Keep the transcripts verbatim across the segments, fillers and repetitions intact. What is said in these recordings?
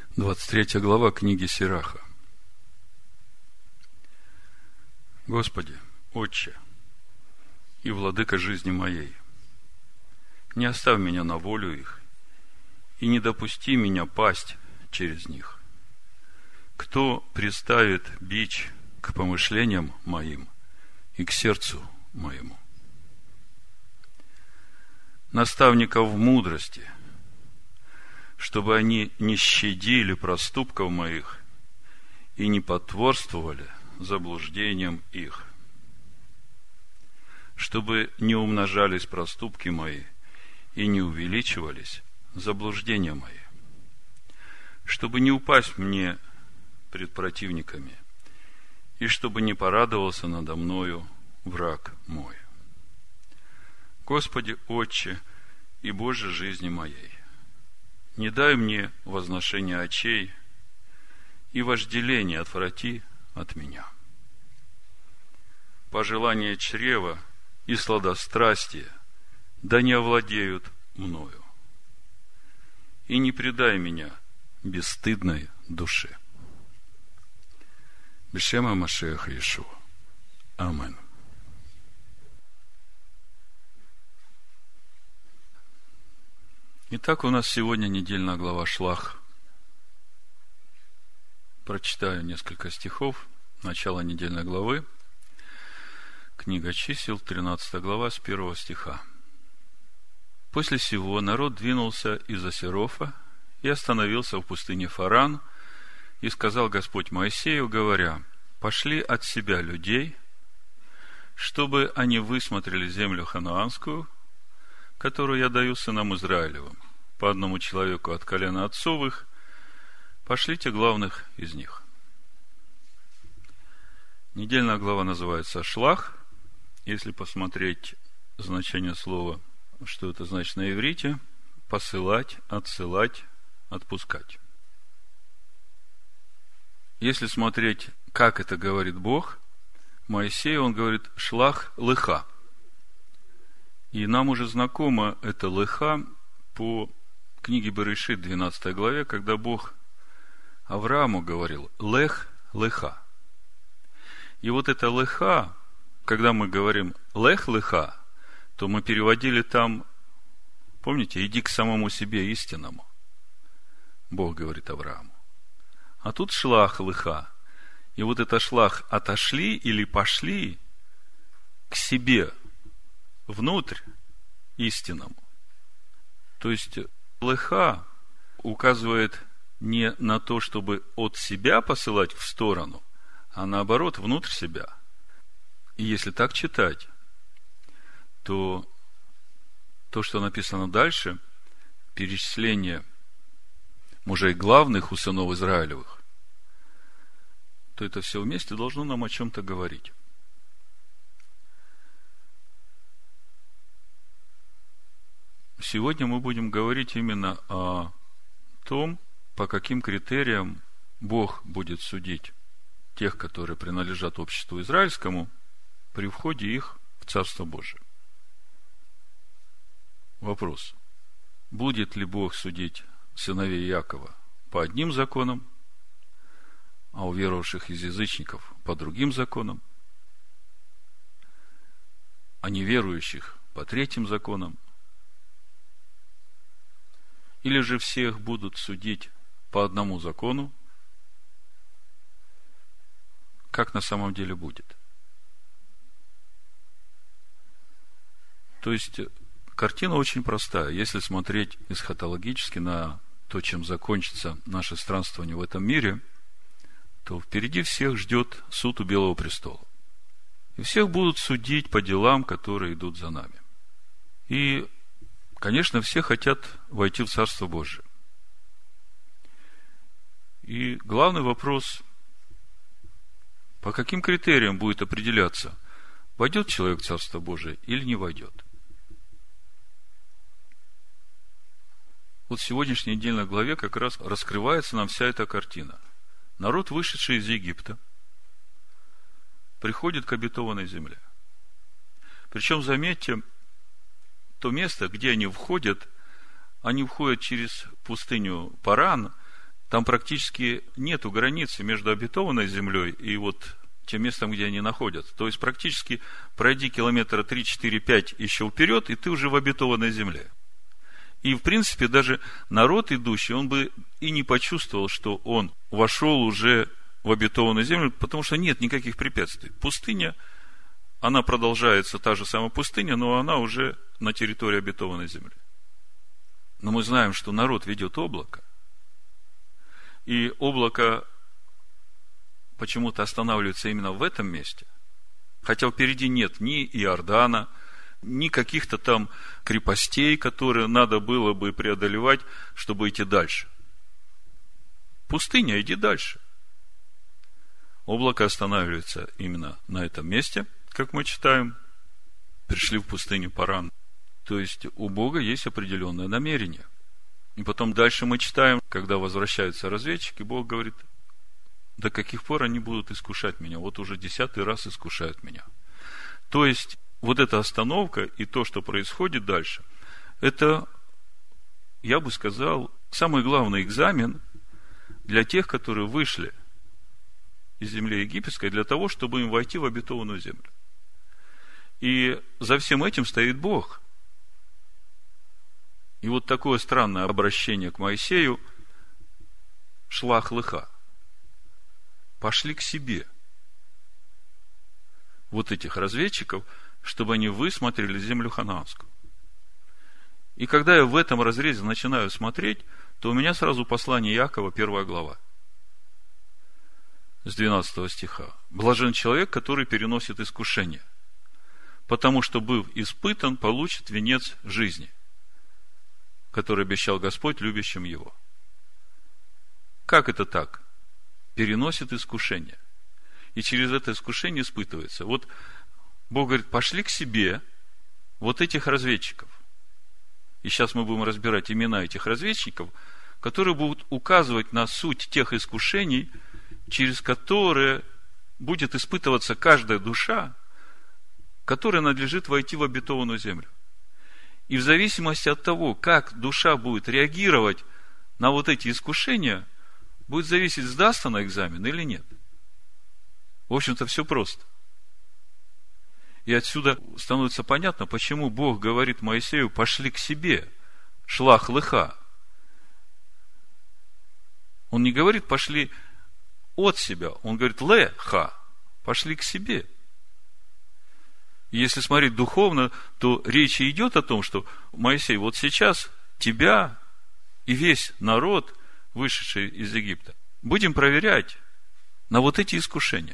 двадцать третья глава книги Сираха. Господи, Отче и Владыка жизни моей, не оставь меня на волю их, и не допусти меня пасть через них. Кто приставит бич к помышлениям моим и к сердцу моему? Наставников в мудрости, чтобы они не щадили проступков моих и не потворствовали заблуждением их, чтобы не умножались проступки мои и не увеличивались заблуждения мои, чтобы не упасть мне пред противниками, и чтобы не порадовался надо мною враг мой. Господи, Отче и Боже жизни моей, не дай мне возношения очей, и вожделение отврати от меня. Пожелание чрева и сладострастие да не овладеют мною, и не предай меня бесстыдной душе. Бешема Машеха Иешуа. Амин. Итак, у нас сегодня недельная глава Шлах. Прочитаю несколько стихов. Начало недельной главы. Книга Чисел, тринадцатая глава, с первого стиха. После сего народ двинулся из Асерофа и остановился в пустыне Фаран, и сказал Господь Моисею, говоря: пошли от себя людей, чтобы они высмотрели землю ханаанскую, которую я даю сынам Израилевым, по одному человеку от колена отцовых, пошлите главных из них. Недельная глава называется Шлах. Если посмотреть значение слова, что это значит на иврите: посылать, отсылать, отпускать. Если смотреть, как это говорит Бог, Моисею он говорит «шлах леха». И нам уже знакомо это леха по книге Берешит, двенадцатой главе, когда Бог Аврааму говорил «лех леха». И вот это леха, когда мы говорим «лех леха», то мы переводили там, помните, «иди к самому себе истинному». Бог говорит Аврааму. А тут шлах леха. И вот это шлах отошли или пошли к себе, внутрь истинному. То есть леха указывает не на то, чтобы от себя посылать в сторону, а наоборот, внутрь себя. И если так читать, то то, что написано дальше, перечисление мужей главных у сынов Израилевых, то это все вместе должно нам о чем-то говорить. Сегодня мы будем говорить именно о том, по каким критериям Бог будет судить тех, которые принадлежат обществу израильскому, при входе их в Царство Божие. Вопрос: будет ли Бог судить сыновей Иакова по одним законам, а у веровавших из язычников по другим законам, а неверующих по третьим законам? Или же всех будут судить по одному закону? Как на самом деле будет? То есть, картина очень простая. Если смотреть эсхатологически на то, чем закончится наше странствование в этом мире, то впереди всех ждет суд у Белого престола. И всех будут судить по делам, которые идут за нами. И, конечно, все хотят войти в Царство Божие. И главный вопрос: по каким критериям будет определяться, войдет человек в Царство Божие или не войдет? Вот в сегодняшней недельной главе как раз раскрывается нам вся эта картина. Народ, вышедший из Египта, приходит к обетованной земле. Причем, заметьте, то место, где они входят, они входят через пустыню Паран, Там практически нету границы между обетованной землей и вот тем местом, где они находятся. То есть, практически пройди километра три, четыре, пять еще вперед, и ты уже в обетованной земле. И, в принципе, даже народ идущий, он бы и не почувствовал, что он вошел уже в обетованную землю, потому что нет никаких препятствий. Пустыня, она продолжается, та же самая пустыня, но она уже на территории обетованной земли. Но мы знаем, что народ ведет облако, и облако почему-то останавливается именно в этом месте, хотя впереди нет ни Иордана, ни каких-то там крепостей, которые надо было бы преодолевать, чтобы идти дальше. Пустыня, иди дальше. Облако останавливается именно на этом месте, как мы читаем. Пришли в пустыню Паран. То есть, у Бога есть определенное намерение. И потом дальше мы читаем, когда возвращаются разведчики, Бог говорит: до каких пор они будут искушать меня? Вот уже десятый раз искушают меня. То есть, вот эта остановка и то, что происходит дальше, это, я бы сказал, самый главный экзамен для тех, которые вышли из земли египетской, для того, чтобы им войти в обетованную землю. И за всем этим стоит Бог. И вот такое странное обращение к Моисею: шлах лыха. Пошли к себе вот этих разведчиков, чтобы они высмотрели землю ханаанскую. И когда я в этом разрезе начинаю смотреть, то у меня сразу послание Иакова, первая глава, с двенадцатого стиха. Блажен человек, который переносит искушение, потому что, быв испытан, получит венец жизни, который обещал Господь любящим его. Как это так? Переносит искушение. И через это искушение испытывается. Вот Бог говорит: пошли к себе вот этих разведчиков. И сейчас мы будем разбирать имена этих разведчиков, которые будут указывать на суть тех искушений, через которые будет испытываться каждая душа, которая надлежит войти в обетованную землю. И в зависимости от того, как душа будет реагировать на вот эти искушения, будет зависеть, сдаст она экзамен или нет. В общем-то, все просто. И отсюда становится понятно, почему Бог говорит Моисею: пошли к себе, шлах лыха. Он не говорит: пошли от себя, он говорит: леха, пошли к себе. И если смотреть духовно, то речь идет о том, что Моисей, вот сейчас тебя и весь народ, вышедший из Египта, будем проверять на вот эти искушения.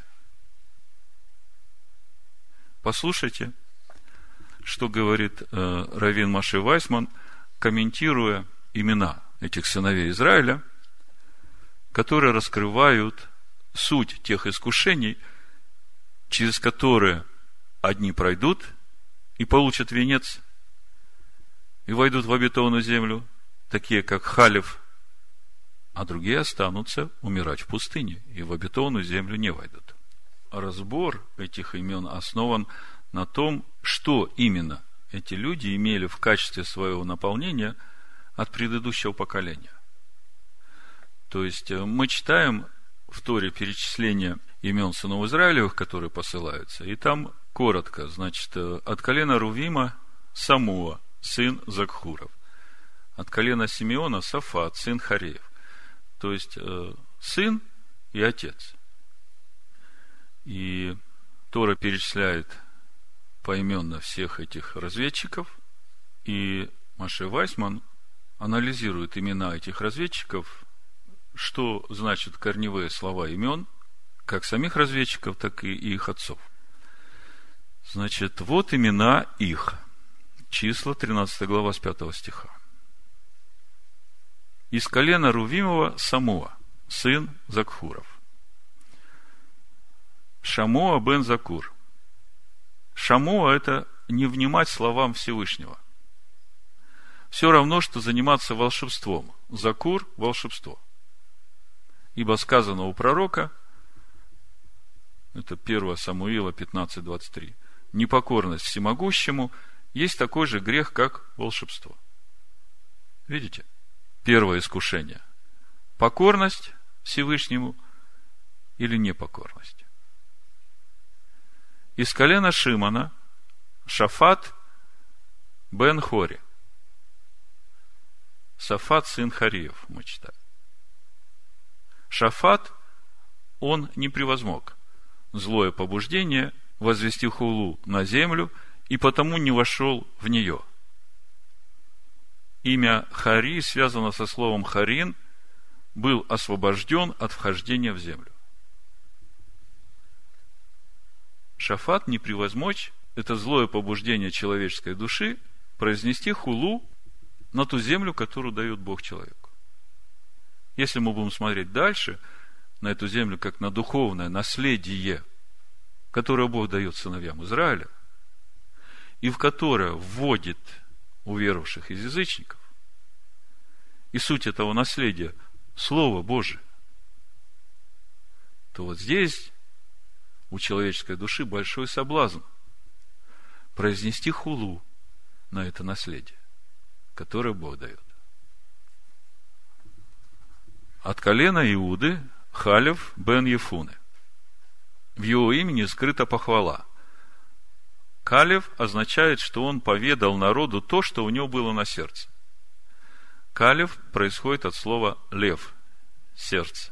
Послушайте, что говорит э, раввин Моше Вайсман, комментируя имена этих сыновей Израиля, которые раскрывают суть тех искушений, через которые одни пройдут и получат венец, и войдут в обетованную землю, такие как Халев, а другие останутся умирать в пустыне и в обетованную землю не войдут. Разбор этих имен основан на том, что именно эти люди имели в качестве своего наполнения от предыдущего поколения. То есть мы читаем в Торе перечисление имен сынов Израилевых, которые посылаются, и там коротко, значит, от колена Рувима Самуа, сын Закхуров, от колена Симеона Сафат, сын Хареев. То есть сын и отец. И Тора перечисляет поименно всех этих разведчиков, и Моше Вайсман анализирует имена этих разведчиков, что значат корневые слова имен, как самих разведчиков, так и их отцов. Значит, вот имена их. Числа, тринадцатая глава, с пятого стиха. Из колена Рувимова Самуа, сын Закхуров. Шамуа бен Закур. Шамуа – это не внимать словам Всевышнего. Все равно, что заниматься волшебством. Закур – волшебство. Ибо сказано у пророка, это первое Самуила пятнадцать двадцать три, непокорность всемогущему есть такой же грех, как волшебство. Видите? Первое искушение. покорность Всевышнему или непокорность. Из колена Шимона Шафат бен Хори. Сафат сын Хариев, мы читаем. Шафат, он не превозмог злое побуждение возвести хулу на землю и потому не вошел в нее. Имя Хари связано со словом Харин, был освобожден от вхождения в землю. Шафат не превозмочь это злое побуждение человеческой души произнести хулу на ту землю, которую дает Бог человеку. Если мы будем смотреть дальше на эту землю как на духовное наследие, которое Бог дает сыновьям Израиля, и в которое вводит уверовавших из язычников, и суть этого наследия – Слово Божие, то вот здесь у человеческой души большой соблазн произнести хулу на это наследие, которое Бог дает. От колена Иуды Халев бен Ефуне. В его имени скрыта похвала. Калев означает, что он поведал народу то, что у него было на сердце. Калев происходит от слова лев, сердце.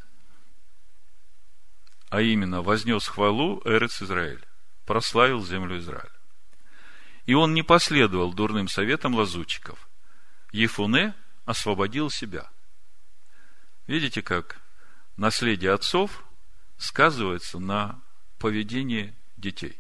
А именно, вознес хвалу Эрец Израиль, прославил землю Израиля. И он не последовал дурным советам лазутчиков. Ефуне освободил себя. Видите, как наследие отцов сказывается на поведении детей.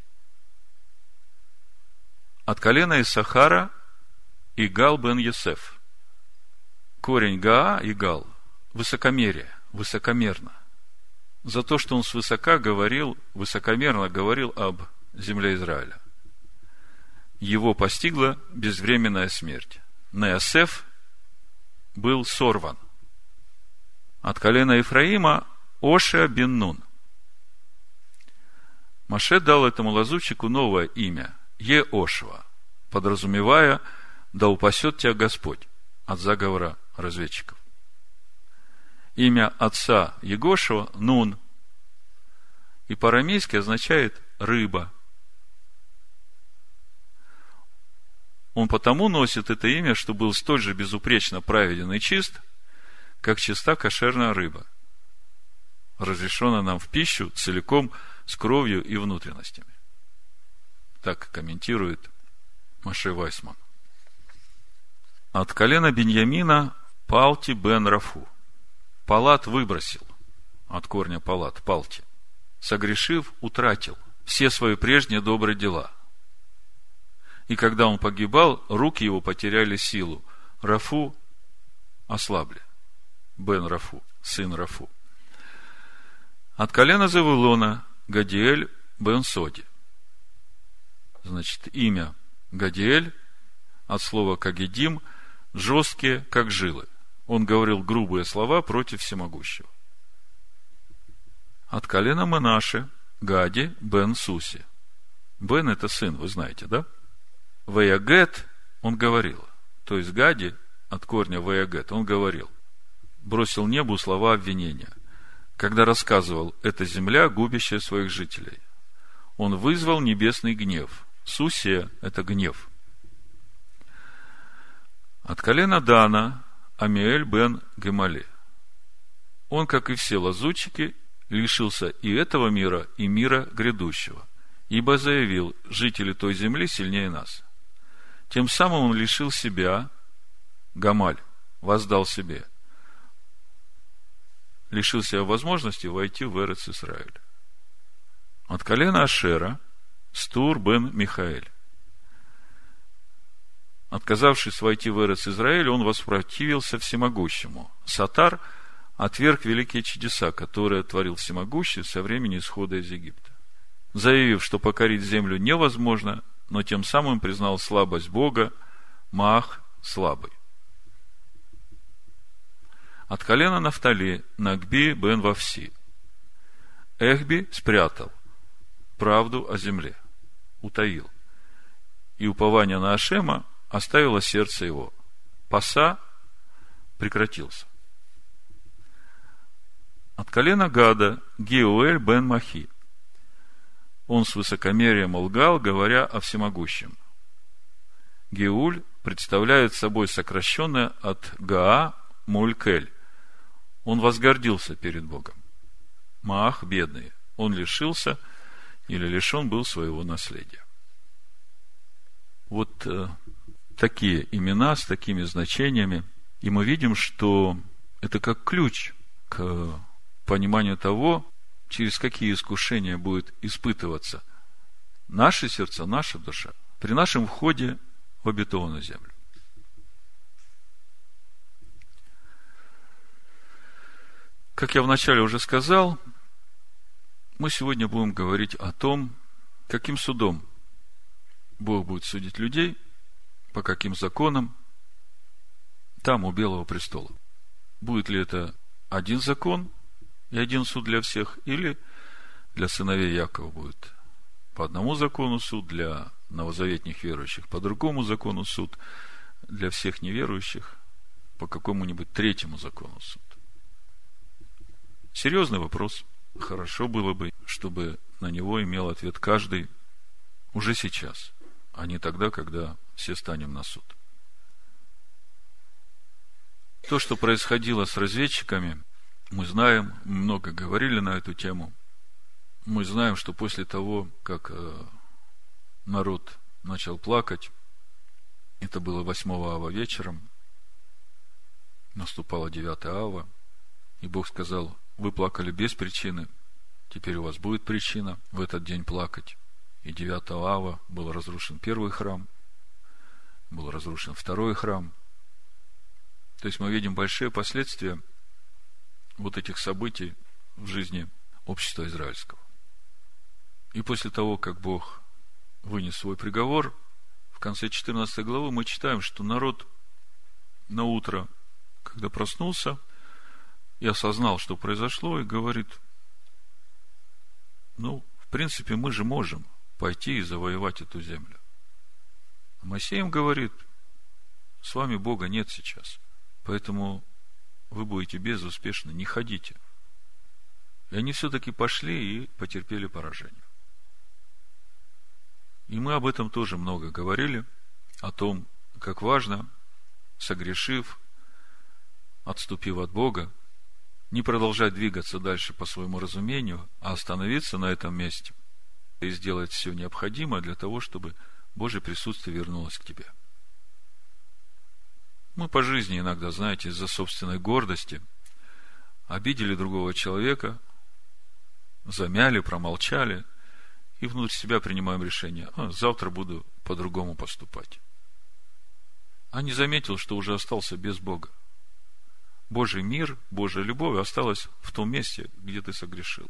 От колена Иссахара Игал бен Йосеф. Корень Гаа, Игал, высокомерие, высокомерно. За то, что он свысока говорил, высокомерно говорил об земле Израиля. Его постигла безвременная смерть. Неосеф был сорван. От колена Ефраима Ошия бен Нун. Моше дал этому лазутчику новое имя – Еошуа, подразумевая: да упасет тебя Господь от заговора разведчиков. Имя отца Егошуа – Нун, и по-арамейски означает рыба. Он потому носит это имя, что был столь же безупречно праведен и чист, как чиста кошерная рыба, разрешенная нам в пищу целиком с кровью и внутренностями. Так комментирует Моше Вайсман. От колена Биньямина Палти бен Рафу. Палат выбросил, от корня палат, Палти. Согрешив, утратил все свои прежние добрые дела. И когда он погибал, руки его потеряли силу. Рафу ослабли. Бен Рафу, сын Рафу. От колена Завулона Гадиэль бен Соди. Значит, имя Гадиэль от слова кагедим, жесткие, как жилы. Он говорил грубые слова против всемогущего. От колена Менаше Гади бен Суси. Бен – это сын, вы знаете, да? Веягет он говорил. То есть Гади от корня Веягет он говорил. Бросил небу слова обвинения, когда рассказывал: «Это земля, губящая своих жителей». Он вызвал небесный гнев. Сусия – это гнев. От колена Дана Амиэль бен Гемали. Он, как и все лазутчики, лишился и этого мира, и мира грядущего, ибо заявил: жители той земли сильнее нас. Тем самым он лишил себя, Гамаль, воздал себе, лишил себя возможности войти в Эрец Исраэль. От колена Ашера Стур бен Михаэль. Отказавшись войти в Эрец Израиль, он воспротивился всемогущему. Сатар отверг великие чудеса, которые творил всемогущий со времени исхода из Египта, заявив, что покорить землю невозможно, но тем самым признал слабость Бога, Маах слабый. От колена Нафтали Нагби бен Вавси. Эхби спрятал правду о земле, утаил, и упование на Ашема оставило сердце его. Паса прекратился. От колена Гада Геуэль бен Махи. Он с высокомерием лгал, говоря о всемогущем. Геуль представляет собой сокращенное от Гаа Мулькель. Он возгордился перед Богом. Маах бедный. Он лишился или лишен был своего наследия. Вот э, такие имена с такими значениями. И мы видим, что это как ключ к пониманию того, через какие искушения будет испытываться наши сердца, наша душа при нашем входе в обетованную землю. Как я вначале уже сказал, мы сегодня будем говорить о том, каким судом Бог будет судить людей, по каким законам там, у Белого престола. Будет ли это один закон и один суд для всех, или для сыновей Якова будет по одному закону суд, для новозаветных верующих по другому закону суд, для всех неверующих по какому-нибудь третьему закону суд. Серьезный вопрос. Хорошо было бы, чтобы на него имел ответ каждый уже сейчас, а не тогда, когда все станем на суд. То, что происходило с разведчиками, мы знаем, много говорили на эту тему. Мы знаем, что после того, как народ начал плакать, это было восьмого ава вечером, наступала девятая ава, и Бог сказал: вы плакали без причины, теперь у вас будет причина в этот день плакать. И девятого ава был разрушен первый храм, был разрушен второй храм. То есть мы видим большие последствия вот этих событий в жизни общества израильского. И после того, как Бог вынес свой приговор, в конце четырнадцатой главы мы читаем, что народ на утро, когда проснулся и осознал, что произошло, и говорит: ну, в принципе, мы же можем пойти и завоевать эту землю. А Моисей им говорит: с вами Бога нет сейчас, поэтому вы будете безуспешны, не ходите. И они все-таки пошли и потерпели поражение. И мы об этом тоже много говорили, о том, как важно, согрешив, отступив от Бога, не продолжать двигаться дальше по своему разумению, а остановиться на этом месте и сделать все необходимое для того, чтобы Божье присутствие вернулось к тебе. Мы по жизни иногда, знаете, из-за собственной гордости обидели другого человека, замяли, промолчали, и внутрь себя принимаем решение: а, завтра буду по-другому поступать. А не заметил, что уже остался без Бога. Божий мир, Божья любовь осталась в том месте, где ты согрешил.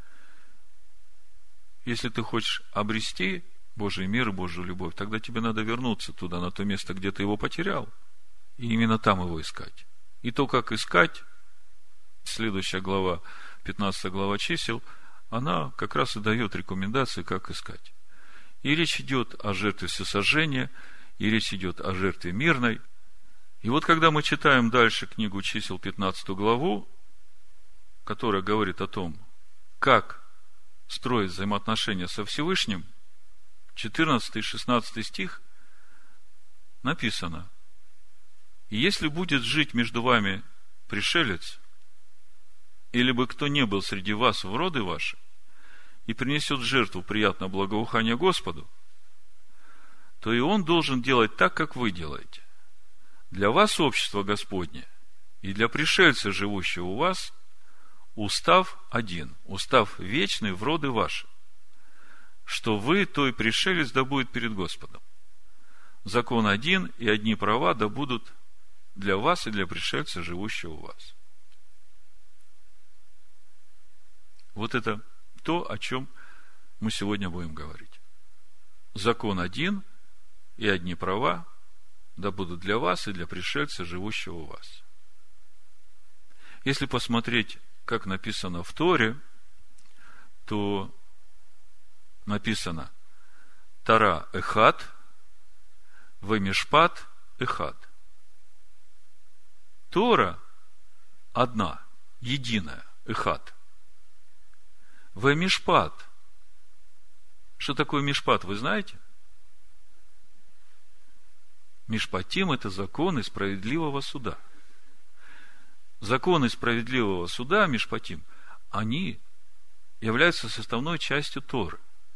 Если ты хочешь обрести Божий мир и Божью любовь, тогда тебе надо вернуться туда, на то место, где ты его потерял, и именно там его искать. И то, как искать, следующая глава, пятнадцатая глава чисел, она как раз и дает рекомендации, как искать. И речь идет о жертве всесожжения, и речь идет о жертве мирной. И вот когда мы читаем дальше книгу чисел, пятнадцатую главу, которая говорит о том, как строить взаимоотношения со Всевышним, четырнадцатый и шестнадцатый стих написано: и если будет жить между вами пришелец, или бы кто не был среди вас в роды ваши, и принесет жертву приятного благоухания Господу, то и он должен делать так, как вы делаете. Для вас общество Господне, и для пришельца, живущего у вас, устав один, устав вечный в роды ваши, что вы, то и пришелец, да будет перед Господом. Закон один, и одни права да будут для вас и для пришельца, живущего у вас. Вот это то, о чем мы сегодня будем говорить. Закон один, и одни права да будут для вас и для пришельца, живущего у вас. Если посмотреть, как написано в Торе, то написано: Тора эхад, вемишпат эхад. Тора одна, единая, эхад. В мишпат. Что такое мишпат, вы знаете? Мишпатим – это законы справедливого суда. Законы справедливого суда, мишпатим, они являются составной частью Торы.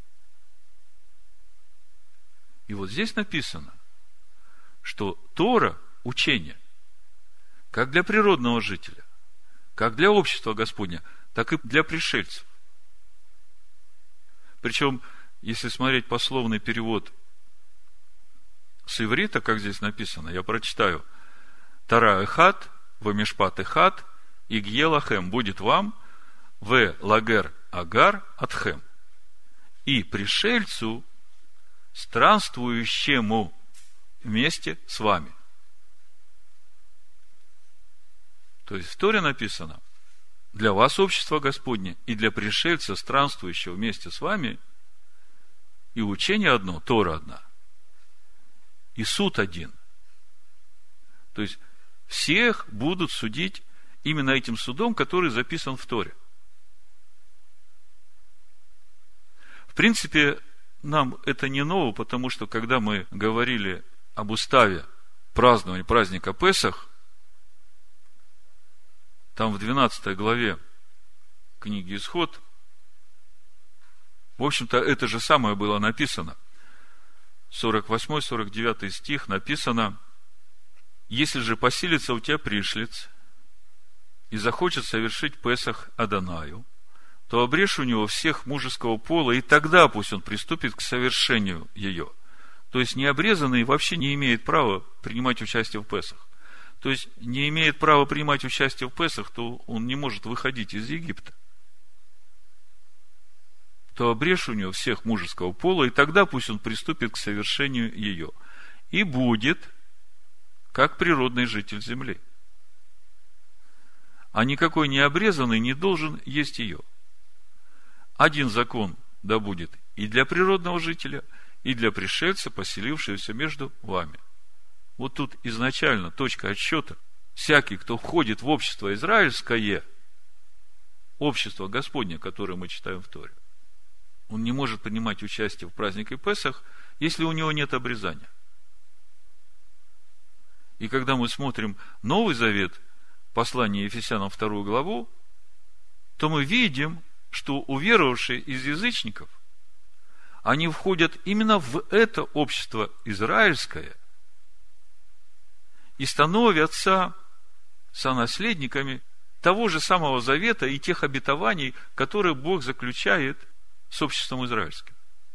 И вот здесь написано, что Тора – учение, как для природного жителя, как для общества Господня, так и для пришельцев. Причем, если смотреть пословный перевод с иврита, как здесь написано, я прочитаю: Тара эхад, вамишпат эхад, и гьелахем будет вам, в лагер агар атхем. И пришельцу, странствующему вместе с вами. То есть в Торе написано: для вас общество Господне, и для пришельца, странствующего вместе с вами, и учение одно, Тора одна, и суд один. То есть всех будут судить именно этим судом, который записан в Торе. В принципе, нам это не ново, потому что когда мы говорили об уставе празднования праздника Песах, там в двенадцатой главе книги Исход, в общем-то, это же самое было написано. сорок восьмой сорок девятый стих написано: если же поселится у тебя пришлец и захочет совершить Песах Адонаю, то обрежь у него всех мужеского пола, и тогда пусть он приступит к совершению ее. То есть необрезанный вообще не имеет права принимать участие в Песах. То есть не имеет права принимать участие в Песах, то он не может выходить из Египта. То обрежь у него всех мужеского пола, и тогда пусть он приступит к совершению ее. И будет как природный житель земли. А никакой необрезанный не должен есть ее. Один закон да будет и для природного жителя, и для пришельца, поселившегося между вами. Вот тут изначально точка отсчета. Всякий, кто входит в общество израильское, общество Господне, которое мы читаем в Торе, он не может принимать участие в празднике Песах, если у него нет обрезания. И когда мы смотрим Новый Завет, послание Ефесянам вторую главу, то мы видим, что уверовавшие из язычников, они входят именно в это общество израильское и становятся сонаследниками того же самого завета и тех обетований, которые Бог заключает с обществом израильским.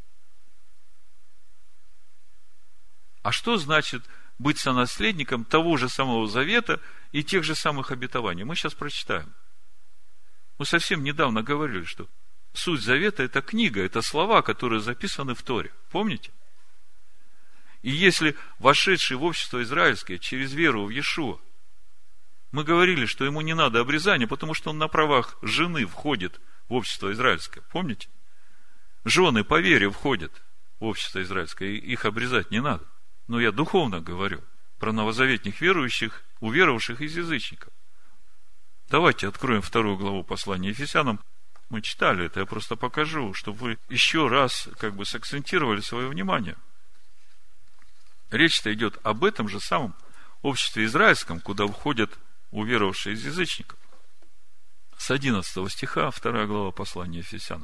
А что значит быть сонаследником того же самого завета и тех же самых обетований? Мы сейчас прочитаем. Мы совсем недавно говорили, что суть завета – это книга, это слова, которые записаны в Торе. Помните? И если вошедший в общество израильское через веру в Иешуа, мы говорили, что ему не надо обрезания, потому что он на правах жены входит в общество израильское. Помните? Жены по вере входят в общество израильское, и их обрезать не надо. Но я духовно говорю про новозаветных верующих, уверовавших из язычников. Давайте откроем вторую главу послания Ефесянам. Мы читали это, я просто покажу, чтобы вы еще раз как бы сакцентировали свое внимание. Речь-то идет об этом же самом обществе израильском, куда входят уверовавшие из язычников. С одиннадцатого стиха, вторая глава послания Ефесянам.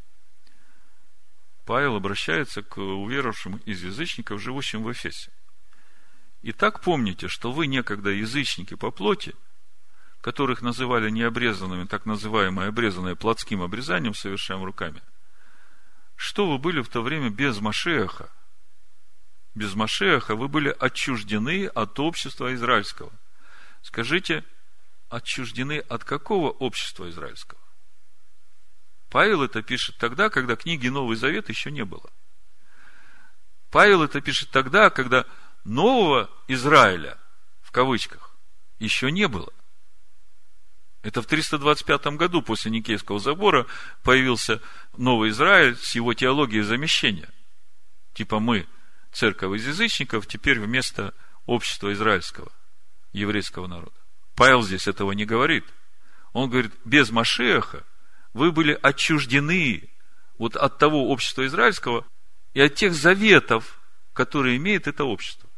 Павел обращается к уверовавшим из язычников, живущим в Эфесе. Итак, помните, что вы некогда язычники по плоти, которых называли необрезанными, так называемое обрезанное плотским обрезанием, совершаем руками, что вы были в то время без Машиаха? Без Машиаха вы были отчуждены от общества израильского. Скажите, отчуждены от какого общества израильского? Павел это пишет тогда, когда книги Новый Завет еще не было. Павел это пишет тогда, когда нового Израиля, в кавычках, еще не было. Это в триста двадцать пятом году после Никейского собора появился новый Израиль с его теологией замещения. Типа мы, церковь из язычников, теперь вместо общества израильского, еврейского народа. Павел здесь этого не говорит. Он говорит, без Машиаха вы были отчуждены вот от того общества израильского и от тех заветов, которые имеет это общество.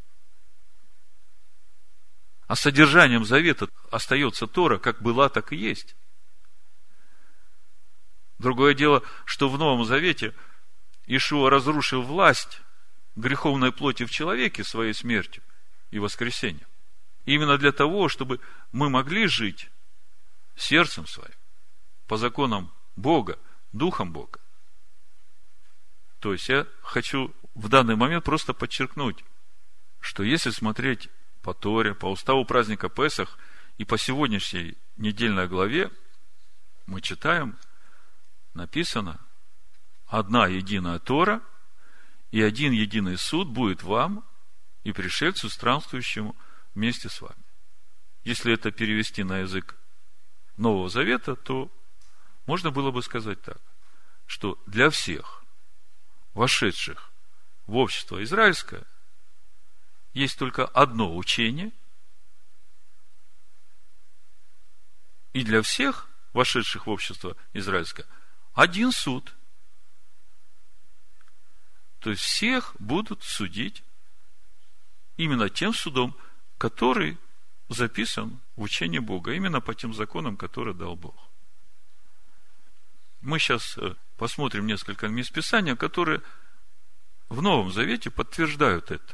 А содержанием завета остается Тора, как была, так и есть. Другое дело, что в Новом Завете Иешуа разрушил власть греховной плоти в человеке своей смертью и воскресением. Именно для того, чтобы мы могли жить сердцем своим, по законам Бога, Духом Бога. То есть я хочу в данный момент просто подчеркнуть, что если смотреть по Торе, по уставу праздника Песах и по сегодняшней недельной главе, мы читаем, написано, одна единая Тора и один единый суд будет вам и пришельцу, странствующему вместе с вами. Если это перевести на язык Нового Завета, то можно было бы сказать так, что для всех вошедших в общество израильское есть только одно учение, и для всех вошедших в общество израильское один суд. То есть всех будут судить именно тем судом, который записан в учении Бога, именно по тем законам, которые дал Бог. Мы сейчас посмотрим несколько мест Писания, которые в Новом Завете подтверждают это.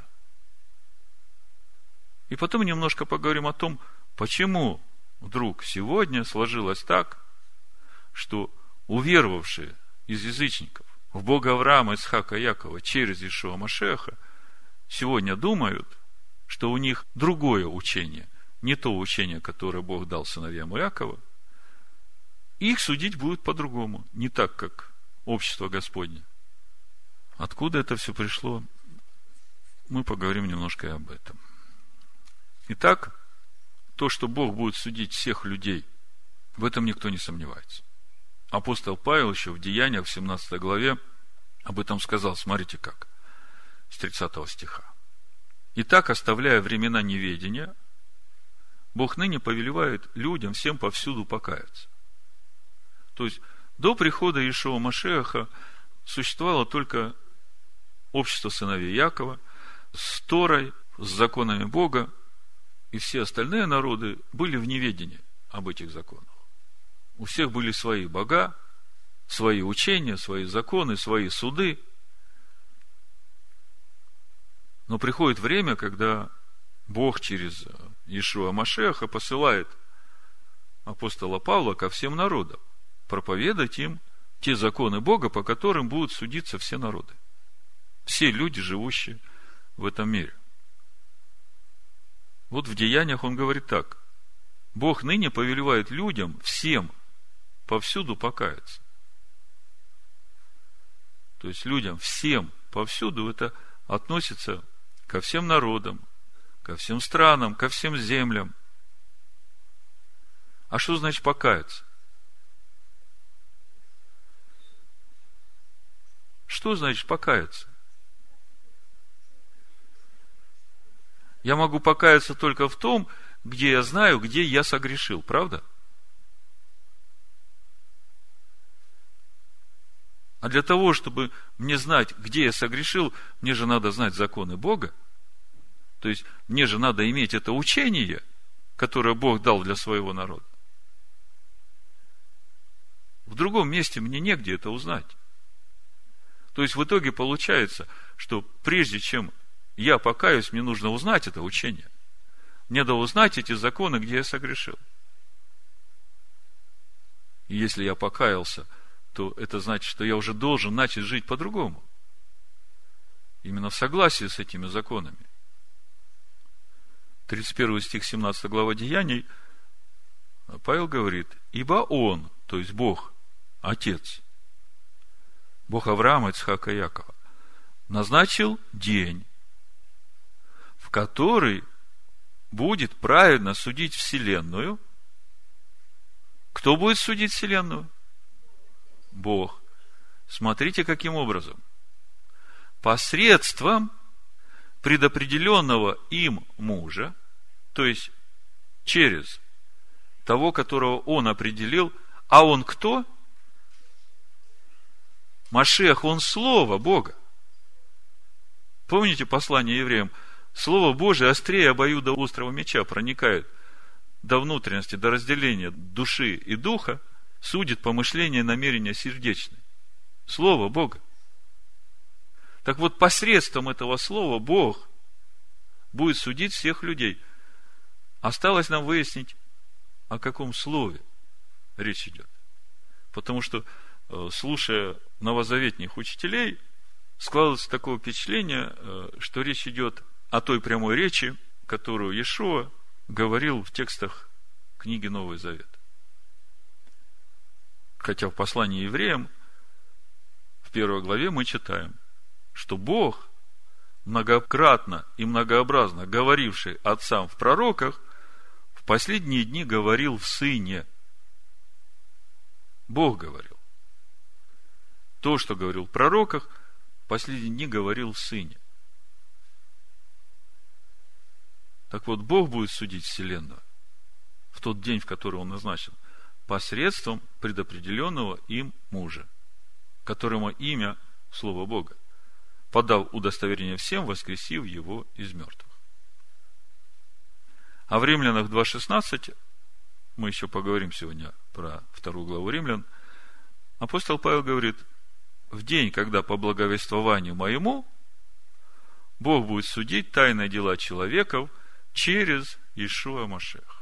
И потом немножко поговорим о том, почему вдруг сегодня сложилось так, что уверовавшие из язычников в Бога Авраама, Исхака, Якова через Иешуа Машиаха сегодня думают, что у них другое учение, не то учение, которое Бог дал сыновьям Иакова. Их судить будет по-другому, не так, как общество Господне. Откуда это все пришло, мы поговорим немножко и об этом. Итак, то, что Бог будет судить всех людей, в этом никто не сомневается. Апостол Павел еще в Деяниях, в семнадцатой главе, об этом сказал, смотрите как, с тридцатого стиха. «Итак, оставляя времена неведения, Бог ныне повелевает людям всем повсюду покаяться». То есть, до прихода Иешуа Машиаха существовало только общество сыновей Якова с Торой, с законами Бога, и все остальные народы были в неведении об этих законах. У всех были свои бога, свои учения, свои законы, свои суды. Но приходит время, когда Бог через Иешуа Машиаха посылает апостола Павла ко всем народам, проповедать им те законы Бога, по которым будут судиться все народы. Все люди, живущие в этом мире. Вот в Деяниях он говорит так. Бог ныне повелевает людям всем повсюду покаяться. То есть людям всем повсюду это относится ко всем народам, ко всем странам, ко всем землям. А что значит покаяться? Что значит покаяться? Я могу покаяться только в том, где я знаю, где я согрешил, правда? А для того, чтобы мне знать, где я согрешил, мне же надо знать законы Бога. То есть, мне же надо иметь это учение, которое Бог дал для своего народа. В другом месте мне негде это узнать. То есть, в итоге получается, что прежде чем я покаюсь, мне нужно узнать это учение. Мне надо узнать эти законы, где я согрешил. И если я покаялся, то это значит, что я уже должен начать жить по-другому. Именно в согласии с этими законами. тридцать первый стих, семнадцатая глава Деяний, Павел говорит, ибо Он, то есть Бог, Отец, Бог Авраама, Ицхака и Якова, назначил день, в который будет праведно судить вселенную. Кто будет судить вселенную? Бог. Смотрите, каким образом. Посредством предопределенного им мужа, то есть через того, которого Он определил. А Он кто? Машиах, Он Слово Бога. Помните послание евреям? Слово Божие острее обоюдоострого меча проникает до внутренности, до разделения души и духа, судит помышления и намерения сердечные. Слово Бога. Так вот, посредством этого слова Бог будет судить всех людей. Осталось нам выяснить, о каком слове речь идет. Потому что, слушая новозаветных учителей, складывается такое впечатление, что речь идет о той прямой речи, которую Иешуа говорил в текстах книги Новый Завет. Хотя в послании евреям в первой главе мы читаем, что Бог, многократно и многообразно говоривший отцам в пророках, в последние дни говорил в Сыне. Бог говорил. То, что говорил в пророках, в последние дни говорил в Сыне. Так вот, Бог будет судить вселенную в тот день, в который Он назначен, посредством предопределенного им мужа, которому имя Слово Бога, подав удостоверение всем, воскресив его из мертвых. А в Римлянах два шестнадцать, мы еще поговорим сегодня про вторую главу Римлян, апостол Павел говорит: в день, когда по благовествованию моему Бог будет судить тайные дела человеков через Иешуа Машиаха.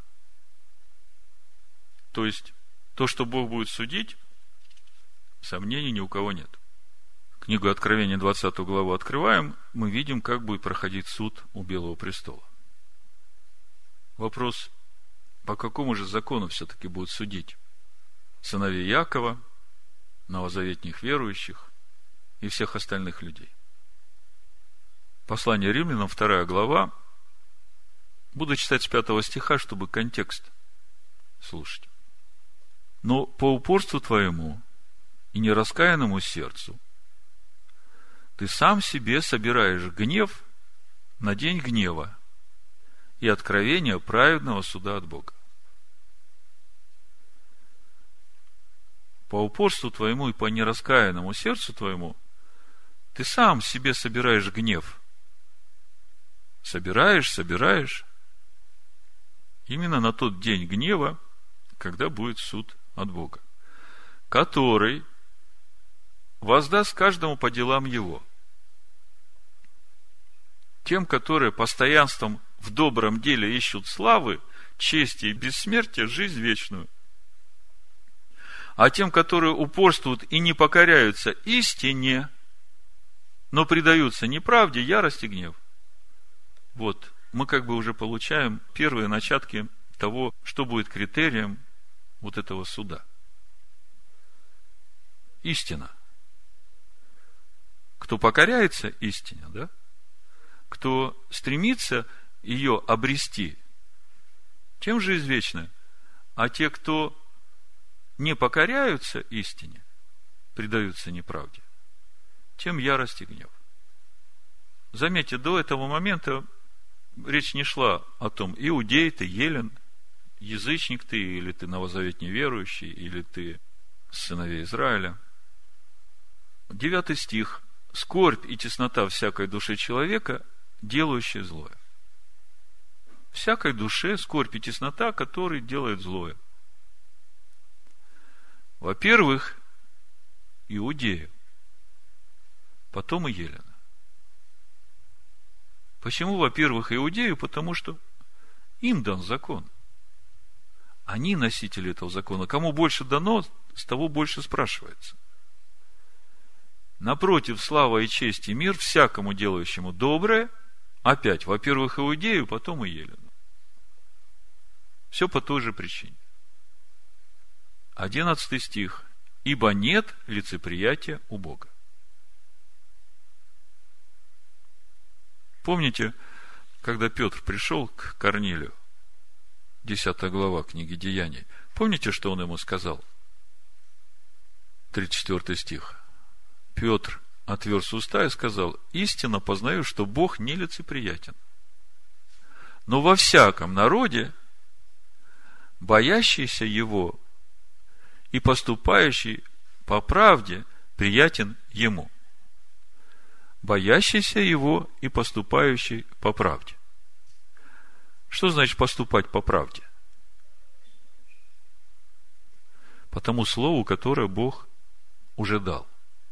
То есть, то, что Бог будет судить, сомнений ни у кого нет. Книгу Откровения, двадцатую главу открываем, мы видим, как будет проходить суд у Белого престола. Вопрос: по какому же закону все-таки будут судить сыновей Иакова, новозаветных верующих и всех остальных людей? Послание Римлянам, вторая глава. Буду читать с пятого стиха, чтобы контекст слушать. Но по упорству твоему и нераскаянному сердцу ты сам себе собираешь гнев на день гнева и откровение праведного суда от Бога. По упорству твоему и по нераскаянному сердцу твоему ты сам себе собираешь гнев. Собираешь, собираешь. Именно на тот день гнева, когда будет суд от Бога, который воздаст каждому по делам его. Тем, которые постоянством в добром деле ищут славы, чести и бессмертия, жизнь вечную. А тем, которые упорствуют и не покоряются истине, но предаются неправде, ярость и гнев. Вот, мы как бы уже получаем первые начатки того, что будет критерием вот этого суда. Истина. Кто покоряется истине, да? Кто стремится ее обрести, тем жизнь вечная. А те, кто не покоряются истине, предаются неправде, тем ярость и гнев. Заметьте, до этого момента речь не шла о том, иудей ты, елен, язычник ты, или ты новозаветний верующий, или ты сыновей Израиля. Девятый стих. Скорбь и теснота всякой души человека, делающей злое. Всякой душе скорбь и теснота, который делает злое. Во-первых, иудею, потом и елену. Почему, во-первых, иудею? Потому что им дан закон. Они носители этого закона. Кому больше дано, с того больше спрашивается. Напротив, слава и честь и мир всякому делающему доброе. Опять, во-первых, иудею, потом и елену. Все по той же причине. Одиннадцатый стих. Ибо нет лицеприятия у Бога. Помните, когда Петр пришел к Корнилию, десятая глава книги Деяний, помните, что он ему сказал? тридцать четвёртый стих. Петр отверз уста и сказал: истинно познаю, что Бог не лицеприятен. Но во всяком народе боящийся его и поступающий по правде приятен ему. Боящийся его и поступающий по правде. Что значит поступать по правде? По тому слову, которое Бог уже дал.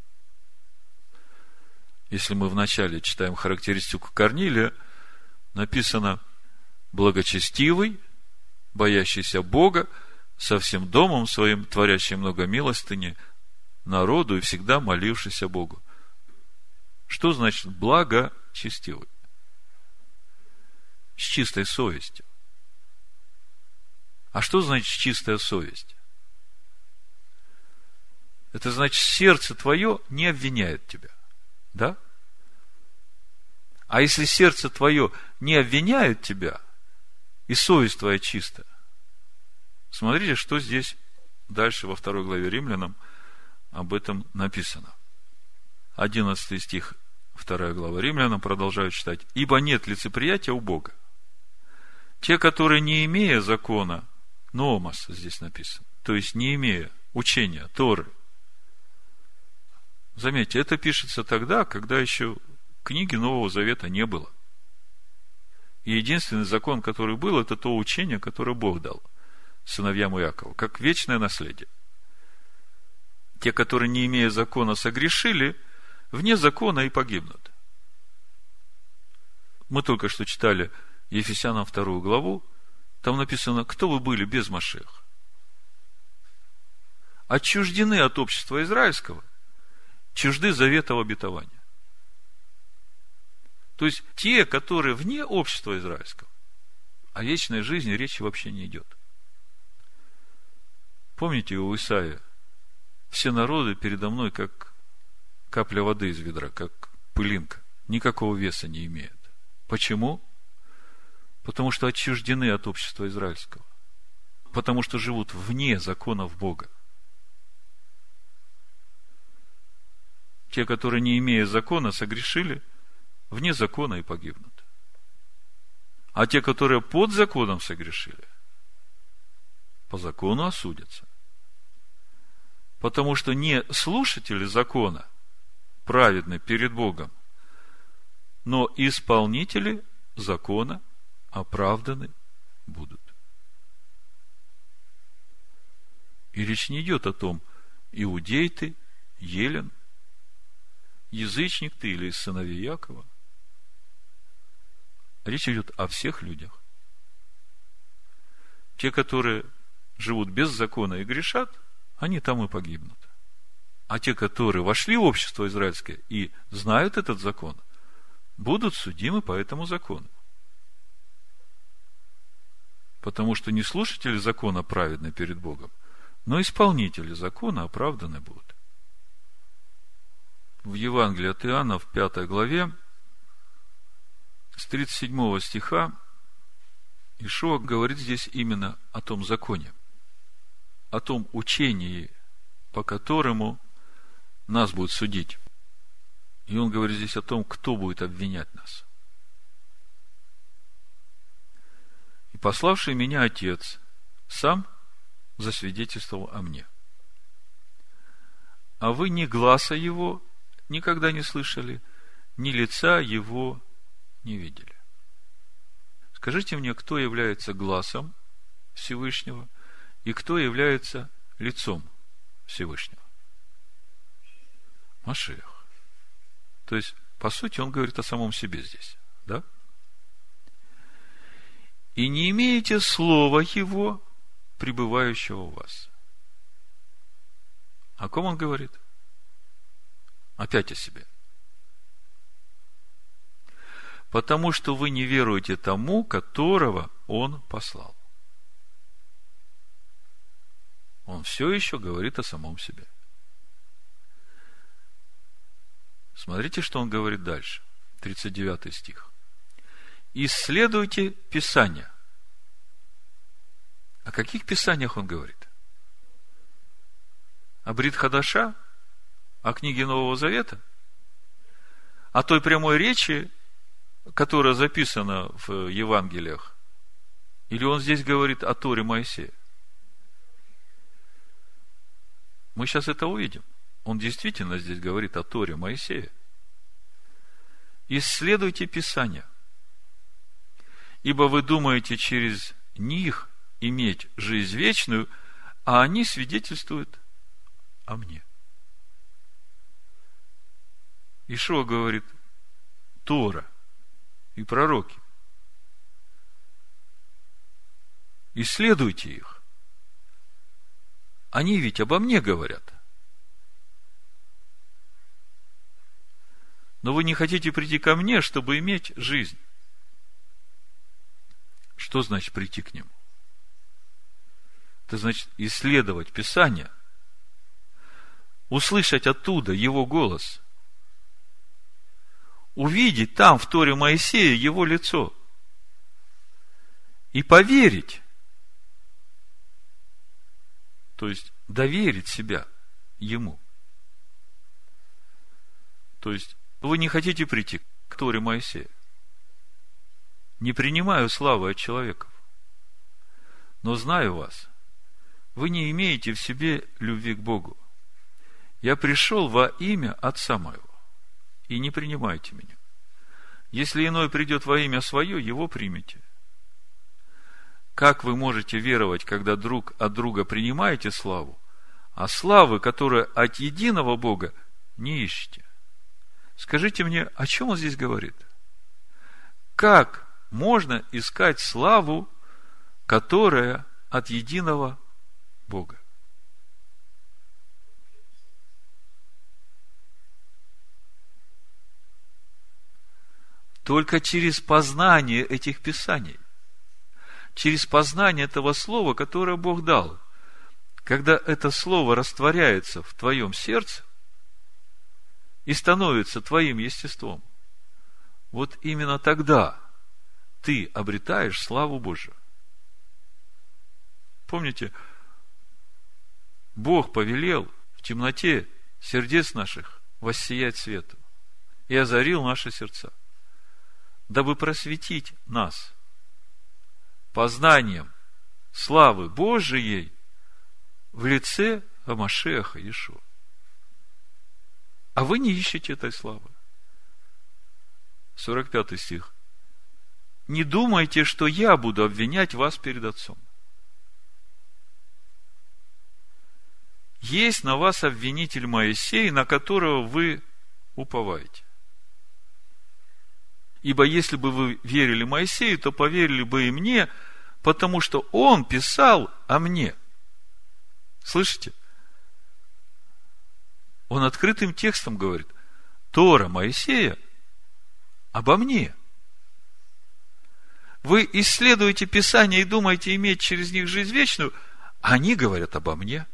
Если мы вначале читаем характеристику Корнилия, написано: благочестивый, боящийся Бога, со всем домом своим, творящий много милостыни народу и всегда молившийся Богу. Что значит благочестивый? С чистой совестью. А что значит чистая совесть? Это значит, сердце твое не обвиняет тебя. Да? А если сердце твое не обвиняет тебя, и совесть твоя чистая, смотрите, что здесь дальше во второй главе Римлянам об этом написано. Одиннадцатый стих, вторая глава Римлянам, продолжаю читать. «Ибо нет лицеприятия у Бога. Те, которые, не имея закона, номос здесь написано, то есть не имея учения, Торы». Заметьте, это пишется тогда, когда еще книги Нового Завета не было. И единственный закон, который был, это то учение, которое Бог дал сыновьям Иакова, как вечное наследие. Те, которые, не имея закона, согрешили, вне закона и погибнут. Мы только что читали Ефесянам вторую главу, там написано: кто вы были без Машиаха? Отчуждены от общества израильского, чужды заветов обетования. То есть, те, которые вне общества израильского, о вечной жизни речи вообще не идет. Помните у Исаии: все народы передо мной, как капля воды из ведра, как пылинка, никакого веса не имеют. Почему? Потому что отчуждены от общества израильского. Потому что живут вне законов Бога. Те, которые, не имея закона, согрешили, вне закона и погибнут. А те, которые под законом согрешили, по закону осудятся. Потому что не слушатели закона праведны перед Богом, но исполнители закона оправданы будут. И речь не идет о том, иудей ты, елен, язычник ты или из сыновей Якова. Речь идет о всех людях. Те, которые живут без закона и грешат, они там и погибнут. А те, которые вошли в общество израильское и знают этот закон, будут судимы по этому закону. Потому что не слушатели закона праведны перед Богом, но исполнители закона оправданы будут. В Евангелии от Иоанна, в пятой главе, с тридцать седьмого стиха, Иешуа говорит здесь именно о том законе, о том учении, по которому нас будут судить. И он говорит здесь о том, кто будет обвинять нас. И пославший меня Отец сам засвидетельствовал о мне. А вы ни гласа его никогда не слышали, ни лица его не видели. Скажите мне, кто является гласом Всевышнего и кто является лицом Всевышнего? Машиах. То есть, по сути, он говорит о самом себе здесь. Да? И не имеете слова его, пребывающего у вас. О ком он говорит? Опять о себе. Потому что вы не веруете тому, которого он послал. Он все еще говорит о самом себе. Смотрите, что он говорит дальше. тридцать девятый стих. Исследуйте Писания. О каких Писаниях он говорит? О Брит Хадаша? О книге Нового Завета? О той прямой речи, которая записана в Евангелиях Или он здесь говорит о Торе Моисея? Мы сейчас это увидим. Он действительно здесь говорит о Торе Моисея. Исследуйте Писания, ибо вы думаете через них иметь жизнь вечную, а они свидетельствуют о мне. Ишуа говорит: Тора и пророки. Исследуйте их. Они ведь обо мне говорят. Но вы не хотите прийти ко мне, чтобы иметь жизнь. Что значит прийти к нему? Это значит исследовать Писание, услышать оттуда его голос, увидеть там в Торе Моисея его лицо и поверить, то есть доверить себя ему. То есть вы не хотите прийти к Торе Моисея. Не принимаю славы от человеков, но знаю вас. Вы не имеете в себе любви к Богу. Я пришел во имя Отца моего, и не принимайте меня. Если иной придет во имя свое, его примите. Как вы можете веровать, когда друг от друга принимаете славу, а славы, которая от единого Бога, не ищете? Скажите мне, о чем он здесь говорит? Как можно искать славу, которая от единого Бога? Только через познание этих Писаний, через познание этого слова, которое Бог дал. Когда это слово растворяется в твоем сердце и становится твоим естеством, вот именно тогда ты обретаешь славу Божию. Помните, Бог повелел в темноте сердец наших воссиять светом и озарил наши сердца, дабы просветить нас познанием славы Божией в лице Машиаха Иешуа. А вы не ищете этой славы. сорок пятый стих. Не думайте, что я буду обвинять вас перед Отцом. Есть на вас обвинитель Моисей, на которого вы уповаете. Ибо если бы вы верили Моисею, то поверили бы и мне, потому что он писал о мне. Слышите? Он открытым текстом говорит: Тора Моисея обо мне. Вы исследуете Писание и думаете иметь через них жизнь вечную, а они говорят обо мне.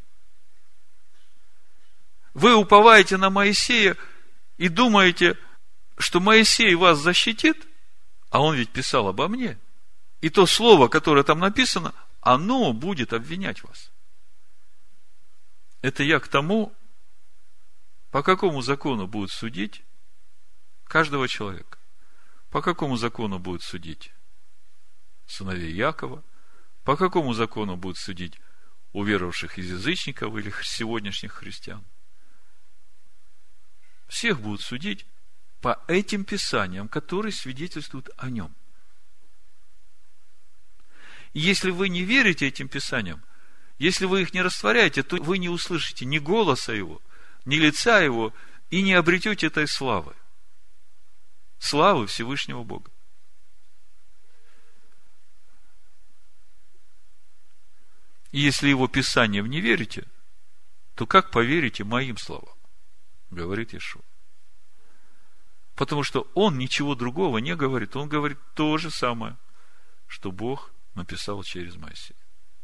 Вы уповаете на Моисея и думаете, что Моисей вас защитит, а он ведь писал обо мне. И то слово, которое там написано, оно будет обвинять вас. Это я к тому, по какому закону будут судить каждого человека. По какому закону будут судить сыновей Якова, по какому закону будут судить уверовавших из язычников или сегодняшних христиан. Всех будут судить по этим писаниям, которые свидетельствуют о нем. И если вы не верите этим писаниям, если вы их не растворяете, то вы не услышите ни голоса его, ни лица его, и не обретете этой славы. Славы Всевышнего Бога. И если его писаниям не верите, то как поверите моим словам? Говорит Иешуа. Потому что он ничего другого не говорит. Он говорит то же самое, что Бог написал через Моисея.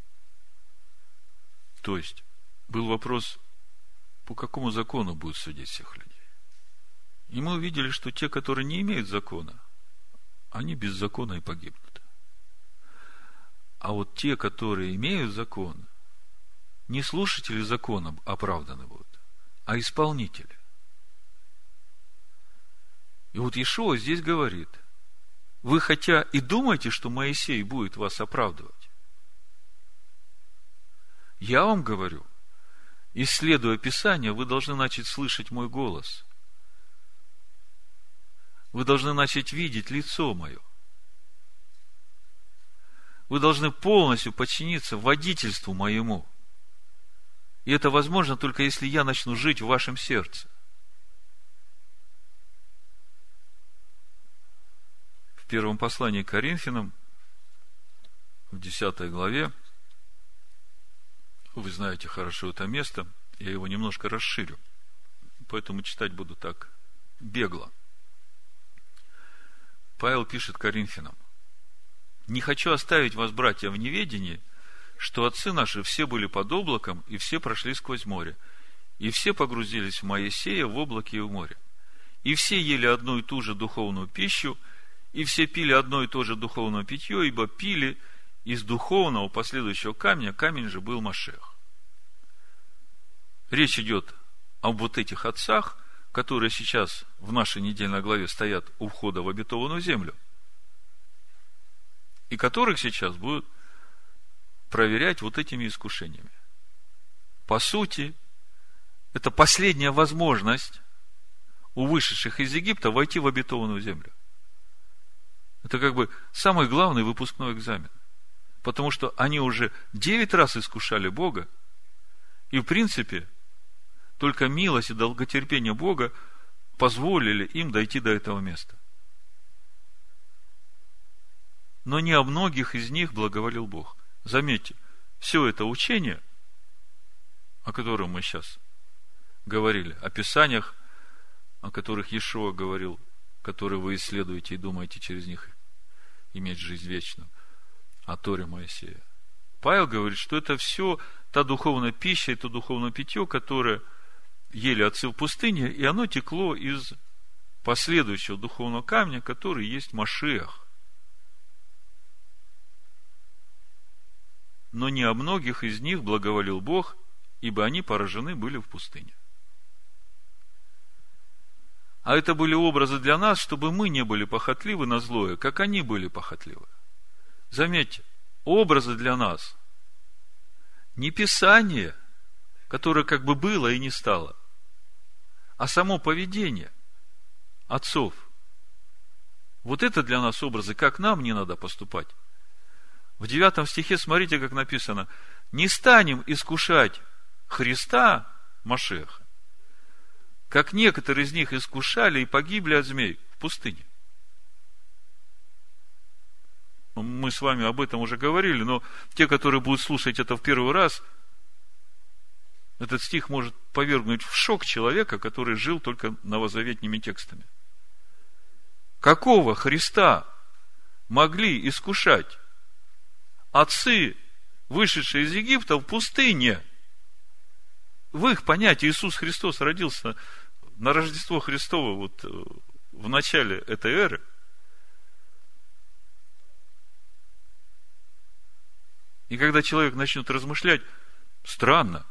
То есть, был вопрос, по какому закону будут судить всех людей. И мы увидели, что те, которые не имеют закона, они без закона и погибнут. А вот те, которые имеют закон, не слушатели закона оправданы будут, а исполнители. И вот Иешуа здесь говорит: Вы хотя и думаете, что Моисей будет вас оправдывать. Я вам говорю, исследуя Писание, вы должны начать слышать мой голос. Вы должны начать видеть лицо мое. Вы должны полностью подчиниться водительству моему. И это возможно только если я начну жить в вашем сердце. В первом послании к Коринфянам, в десятой главе, вы знаете хорошо это место, я его немножко расширю, поэтому читать буду так бегло. Павел пишет Коринфянам: «Не хочу оставить вас, братья, в неведении, что отцы наши все были под облаком, и все прошли сквозь море, и все погрузились в Моисея в облаке и в море, и все ели одну и ту же духовную пищу, и все пили одно и то же духовное питье, ибо пили из духовного последующего камня, камень же был Машиах». Речь идет об вот этих отцах, которые сейчас в нашей недельной главе стоят у входа в обетованную землю, и которых сейчас будут проверять вот этими искушениями. По сути, это последняя возможность у вышедших из Египта войти в обетованную землю. Это как бы самый главный выпускной экзамен. Потому что они уже девять раз искушали Бога, и в принципе только милость и долготерпение Бога позволили им дойти до этого места. Но не о многих из них благоволил Бог. Заметьте, все это учение, о котором мы сейчас говорили, о Писаниях, о которых Иешуа говорил, которые вы исследуете и думаете через них иметь жизнь вечную, о Торе Моисея. Павел говорит, что это все та духовная пища и то духовное питье, которое ели отцы в пустыне, и оно текло из последующего духовного камня, который есть Машиах. Но не о многих из них благоволил Бог, ибо они поражены были в пустыне. А это были образы для нас, чтобы мы не были похотливы на злое, как они были похотливы. Заметьте, образы для нас не Писание, которое как бы было и не стало, а само поведение отцов. Вот это для нас образы, как нам не надо поступать. В девятом стихе смотрите, как написано: «Не станем искушать Христа, Машиаха, как некоторые из них искушали и погибли от змей в пустыне». Мы с вами об этом уже говорили, но те, которые будут слушать это в первый раз, этот стих может повергнуть в шок человека, который жил только новозаветными текстами. Какого Христа могли искушать отцы, вышедшие из Египта, в пустыне? В их понятии Иисус Христос родился на Рождество Христово вот в начале этой эры. И когда человек начнет размышлять, странно,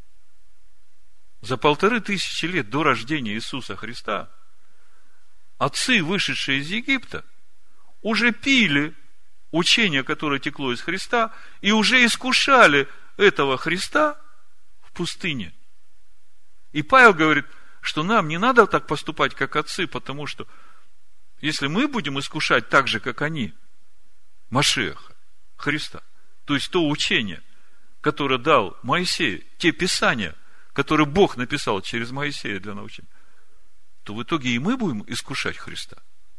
за полторы тысячи лет до рождения Иисуса Христа отцы, вышедшие из Египта, уже пили учение, которое текло из Христа, и уже искушали этого Христа в пустыне. И Павел говорит, что нам не надо так поступать, как отцы, потому что если мы будем искушать так же, как они, Машиаха, Христа, то есть то учение, которое дал Моисей, те писания, которые Бог написал через Моисея для научения, то в итоге и мы будем искушать Христа.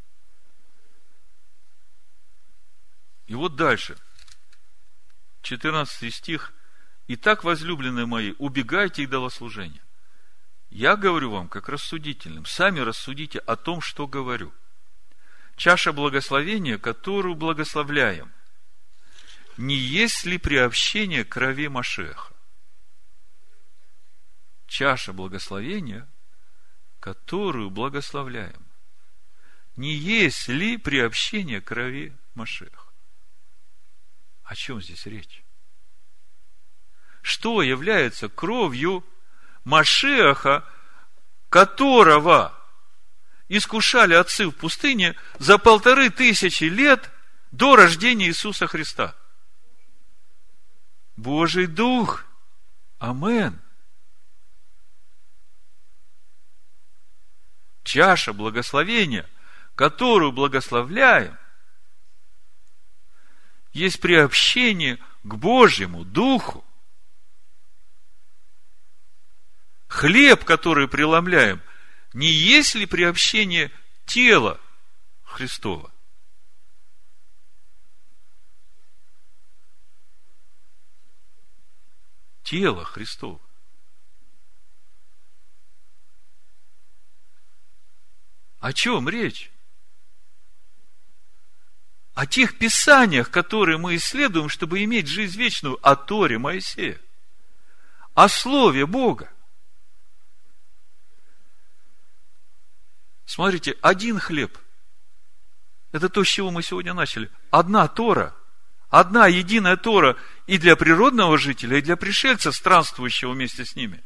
И вот дальше, четырнадцатый стих. «Итак, возлюбленные мои, убегайте идолослужения. Я говорю вам, как рассудительным, сами рассудите о том, что говорю. Чаша благословения, которую благословляем, не есть ли приобщение к крови Машиаха?» Чаша благословения, которую благословляем, не есть ли приобщение к крови Машиаха? О чем здесь речь? Что является кровью Машиаха, которого искушали отцы в пустыне за полторы тысячи лет до рождения Иисуса Христа? Божий Дух. Амен. Чаша благословения, которую благословляем, есть приобщение к Божьему Духу. Хлеб, который преломляем, не есть ли приобщение тела Христова? Тело Христово. О чем речь? О тех писаниях, которые мы исследуем, чтобы иметь жизнь вечную, о Торе Моисея, о Слове Бога. Смотрите, один хлеб. Это то, с чего мы сегодня начали. Одна Тора. Одна единая Тора и для природного жителя, и для пришельца, странствующего вместе с ними.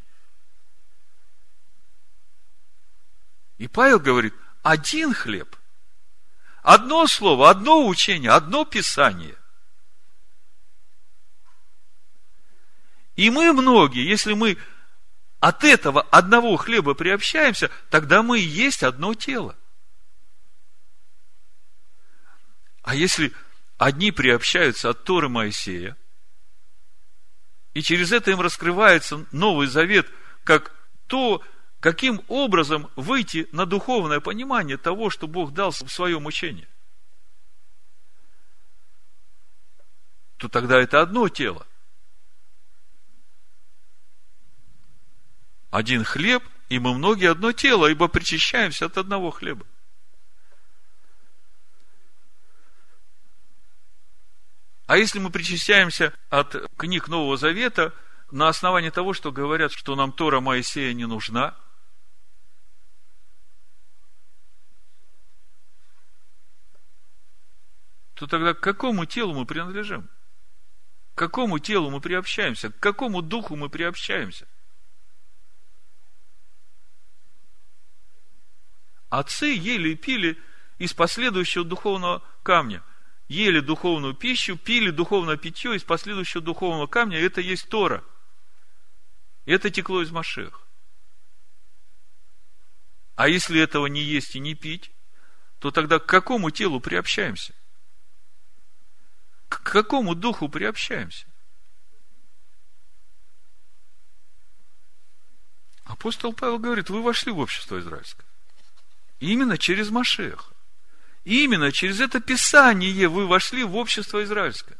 И Павел говорит, один хлеб. Одно слово, одно учение, одно писание. И мы многие, если мы от этого одного хлеба приобщаемся, тогда мы и есть одно тело. А если одни приобщаются от Торы Моисея, и через это им раскрывается Новый Завет, как то, каким образом выйти на духовное понимание того, что Бог дал в своем учении, то тогда это одно тело. Один хлеб, и мы многие одно тело, ибо причащаемся от одного хлеба. А если мы причащаемся от книг Нового Завета на основании того, что говорят, что нам Тора Моисея не нужна, то тогда к какому телу мы принадлежим? К какому телу мы приобщаемся? К какому духу мы приобщаемся? Отцы ели и пили из последующего духовного камня. Ели духовную пищу, пили духовное питье из последующего духовного камня. Это есть Тора. Это текло из Машиаха. А если этого не есть и не пить, то тогда к какому телу приобщаемся? К какому духу приобщаемся? Апостол Павел говорит, вы вошли в общество израильское. Именно через Машиаха. Именно через это Писание вы вошли в общество израильское.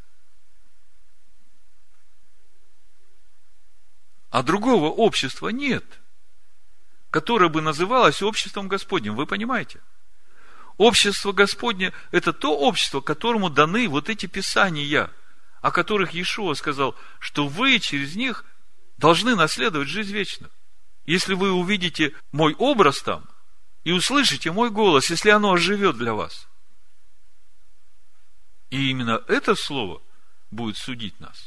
А другого общества нет, которое бы называлось обществом Господним. Вы понимаете? Общество Господне – это то общество, которому даны вот эти Писания, о которых Иешуа сказал, что вы через них должны наследовать жизнь вечную. Если вы увидите мой образ там, и услышите мой голос, если оно оживет для вас. И именно это слово будет судить нас.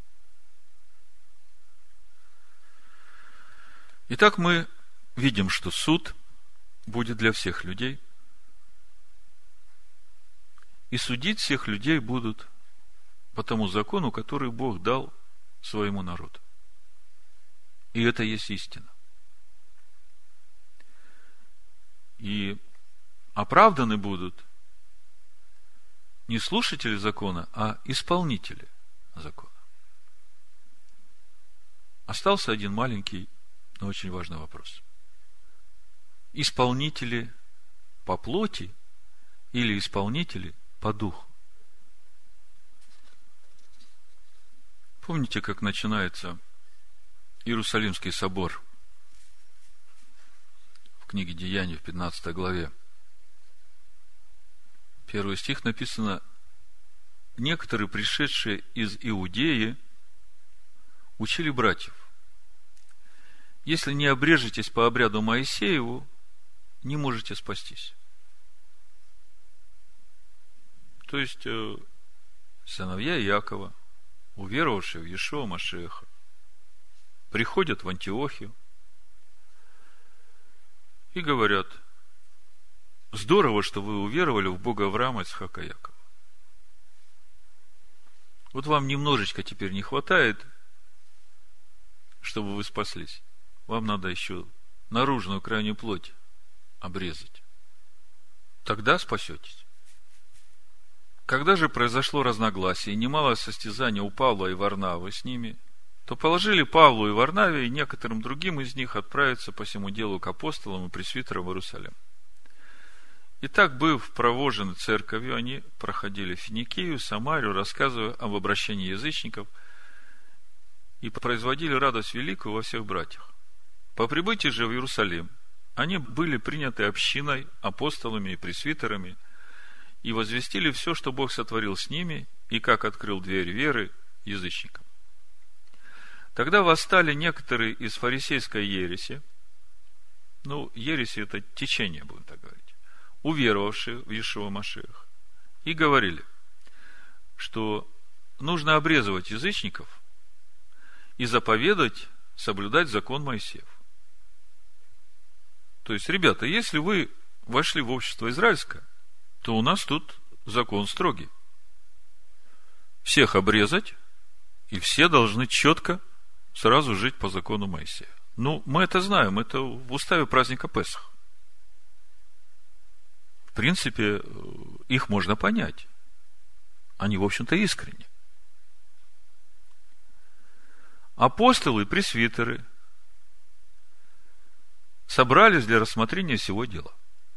Итак, мы видим, что суд будет для всех людей. И судить всех людей будут по тому закону, который Бог дал своему народу. И это есть истина. И оправданы будут не слушатели закона, а исполнители закона. Остался один маленький, но очень важный вопрос. Исполнители по плоти или исполнители по духу? Помните, как начинается Иерусалимский собор? В книге Деяний в пятнадцатой главе. Первый стих написано: некоторые, пришедшие из Иудеи, учили братьев: если не обрежетесь по обряду Моисееву, не можете спастись. То есть, сыновья Иакова, уверовавшие в Иешуа Машиаха, приходят в Антиохию и говорят: здорово, что вы уверовали в Бога Авраама, Ицхака и Якова. Вот вам немножечко теперь не хватает, чтобы вы спаслись. Вам надо еще наружную крайнюю плоть обрезать. Тогда спасетесь. Когда же произошло разногласие и немалое состязание у Павла и Варнавы с ними, то положили Павлу и Варнаве и некоторым другим из них отправиться по всему делу к апостолам и пресвитерам в Иерусалим. И так, быв провожены церковью, они проходили Финикию, Самарию, рассказывая об обращении язычников, и производили радость великую во всех братьях. По прибытии же в Иерусалим они были приняты общиной, апостолами и пресвитерами, и возвестили все, что Бог сотворил с ними, и как открыл дверь веры язычникам. Тогда восстали некоторые из фарисейской ереси, ну, ереси это течение, будем так говорить, уверовавшие в Иешуа Машиах, и говорили, что нужно обрезывать язычников и заповедать соблюдать закон Моисеев. То есть, ребята, если вы вошли в общество израильское, то у нас тут закон строгий. Всех обрезать, и все должны четко сразу жить по закону Моисея. Ну, мы это знаем, это в уставе праздника Песах. В принципе, их можно понять. Они, в общем-то, искренни. Апостолы и пресвитеры собрались для рассмотрения сего дела.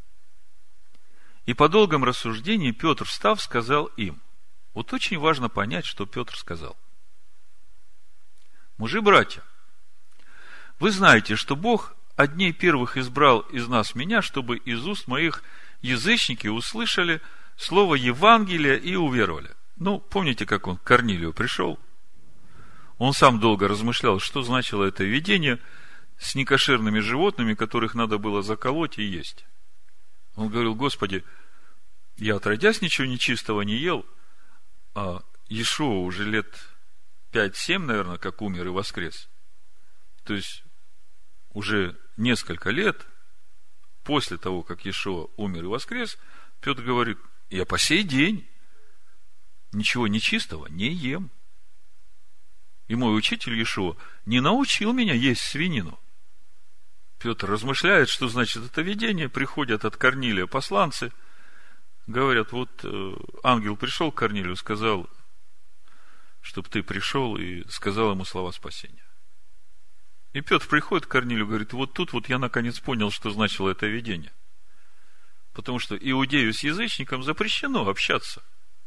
И по долгом рассуждении Петр, встав, сказал им. Вот очень важно понять, что Петр сказал. Мужи-братья, вы знаете, что Бог одней первых избрал из нас меня, чтобы из уст моих язычники услышали слово Евангелия и уверовали. Ну, помните, как он к Корнилию пришел? Он сам долго размышлял, что значило это видение с некошерными животными, которых надо было заколоть и есть. Он говорил: Господи, я отродясь ничего нечистого не ел, а Иешуа уже лет пять-семь, наверное, как умер и воскрес. То есть, уже несколько лет после того, как Иешуа умер и воскрес, Петр говорит: я по сей день ничего нечистого не ем. И мой учитель Иешуа не научил меня есть свинину. Петр размышляет, что значит это видение. Приходят от Корнилия посланцы, говорят: вот э, ангел пришел к Корнилию, сказал, чтобы ты пришел и сказал ему слова спасения. И Петр приходит к Корнилию, говорит: вот тут вот я наконец понял, что значило это видение. Потому что иудею с язычником запрещено общаться.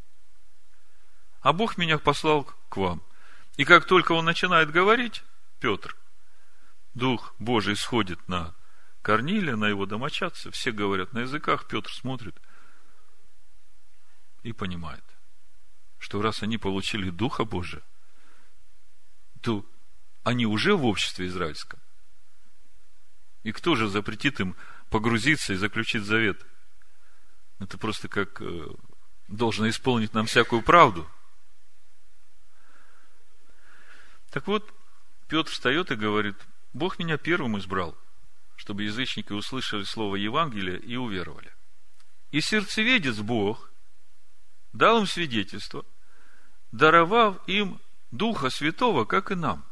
А Бог меня послал к вам. И как только он начинает говорить, Петр, Дух Божий сходит на Корнилия, на его домочадцев, все говорят на языках, Петр смотрит и понимает, что раз они получили Духа Божия, то они уже в обществе израильском. И кто же запретит им погрузиться и заключить завет? Это просто как должно исполнить нам всякую правду. Так вот, Петр встает и говорит: Бог меня первым избрал, чтобы язычники услышали слово Евангелия и уверовали. И сердцеведец Бог дал им свидетельство, даровав им Духа Святого, как и нам.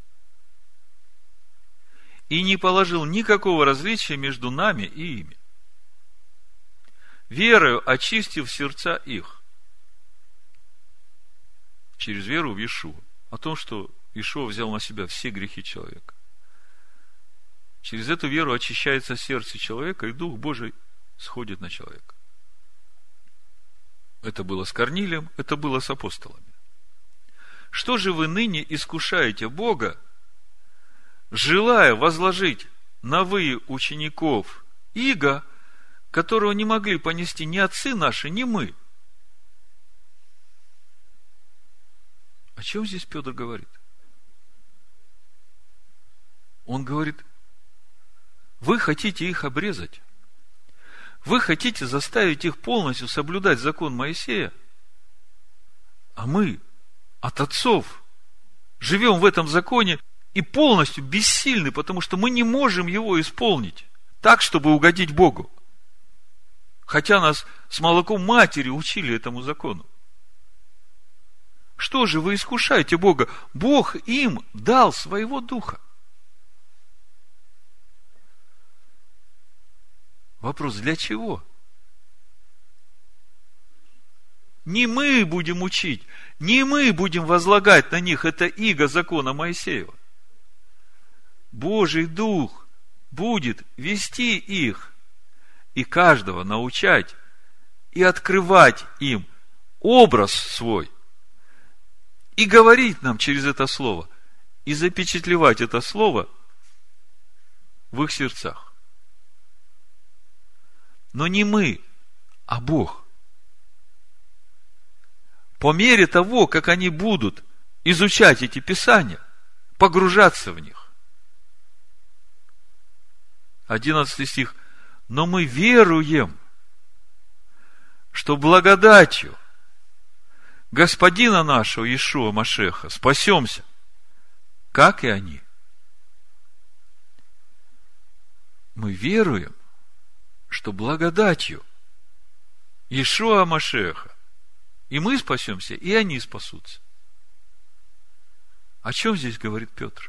И не положил никакого различия между нами и ими, верою очистив сердца их через веру в Иешуа, о том, что Иешуа взял на себя все грехи человека. Через эту веру очищается сердце человека, и Дух Божий сходит на человека. Это было с Корнилием, это было с апостолами. Что же вы ныне искушаете Бога, желая возложить на вы учеников иго, которого не могли понести ни отцы наши, ни мы? О чем здесь Петр говорит? Он говорит: вы хотите их обрезать, вы хотите заставить их полностью соблюдать закон Моисея, а мы от отцов живем в этом законе и полностью бессильны, потому что мы не можем его исполнить так, чтобы угодить Богу. Хотя нас с молоком матери учили этому закону. Что же вы искушаете Бога? Бог им дал своего духа. Вопрос, для чего? Не мы будем учить, не мы будем возлагать на них это иго закона Моисеева. Божий Дух будет вести их и каждого научать и открывать им образ свой и говорить нам через это слово и запечатлевать это слово в их сердцах. Но не мы, а Бог. По мере того, как они будут изучать эти Писания, погружаться в них. Одиннадцатый стих. Но мы веруем, что благодатью Господина нашего Иешуа Машеха спасемся, как и они. Мы веруем, что благодатью Иешуа Машеха и мы спасемся, и они спасутся. О чем здесь говорит Петр?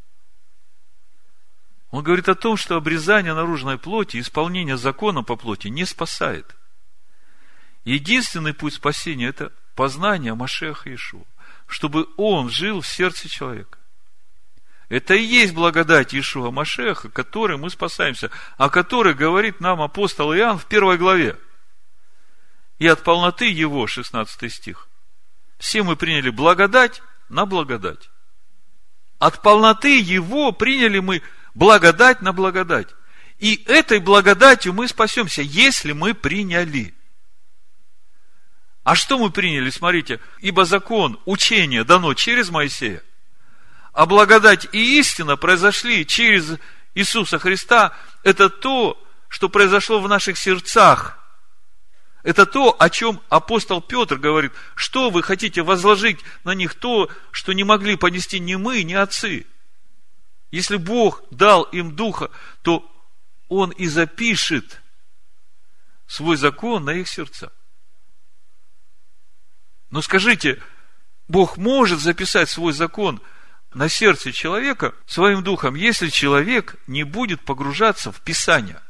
Он говорит о том, что обрезание наружной плоти, исполнение закона по плоти не спасает. Единственный путь спасения – это познание Машеха Иешуа, чтобы он жил в сердце человека. Это и есть благодать Иешуа Машеха, которой мы спасаемся, о которой говорит нам апостол Иоанн в первой главе. И от полноты его, шестнадцатый стих, все мы приняли благодать на благодать. От полноты его приняли мы благодать на благодать. И этой благодатью мы спасемся, если мы приняли. А что мы приняли? Смотрите, ибо закон, учение дано через Моисея, а благодать и истина произошли через Иисуса Христа. Это то, что произошло в наших сердцах. Это то, о чем апостол Петр говорит, что вы хотите возложить на них то, что не могли понести ни мы, ни отцы. Если Бог дал им Духа, то Он и запишет свой закон на их сердца. Но скажите, Бог может записать свой закон на сердце человека своим Духом, если человек не будет погружаться в Писание?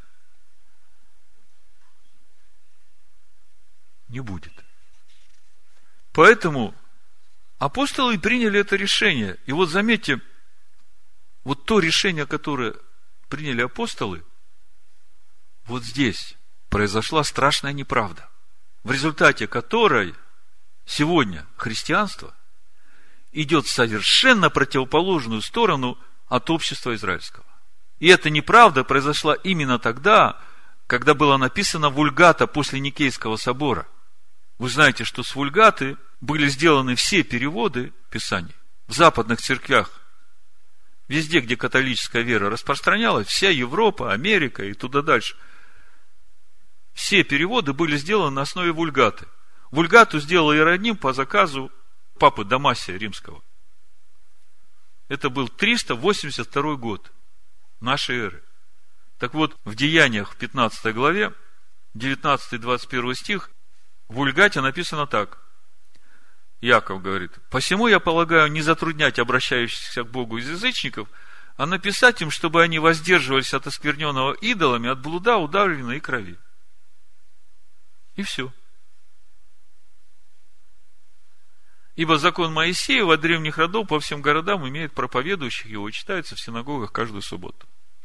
Не будет. Поэтому апостолы приняли это решение. И вот заметьте, вот то решение, которое приняли апостолы, вот здесь произошла страшная неправда, в результате которой сегодня христианство идет в совершенно противоположную сторону от общества израильского. И эта неправда произошла именно тогда, когда была написана Вульгата после Никейского собора. Вы знаете, что с Вульгаты были сделаны все переводы Писаний. В западных церквях, везде, где католическая вера распространялась, вся Европа, Америка и туда дальше, все переводы были сделаны на основе Вульгаты. Вульгату сделал Иероним по заказу папы Дамасия Римского. Это был триста восемьдесят второй год нашей эры. Так вот, в Деяниях в пятнадцатой главе, девятнадцатый-двадцать первый стих, в Вульгате написано так. Яков говорит: «Посему я полагаю не затруднять обращающихся к Богу из язычников, а написать им, чтобы они воздерживались от оскверненного идолами, от блуда, удавления и крови». И все. Ибо закон Моисеева от древних родов по всем городам имеет проповедующих его и читается в синагогах каждую субботу.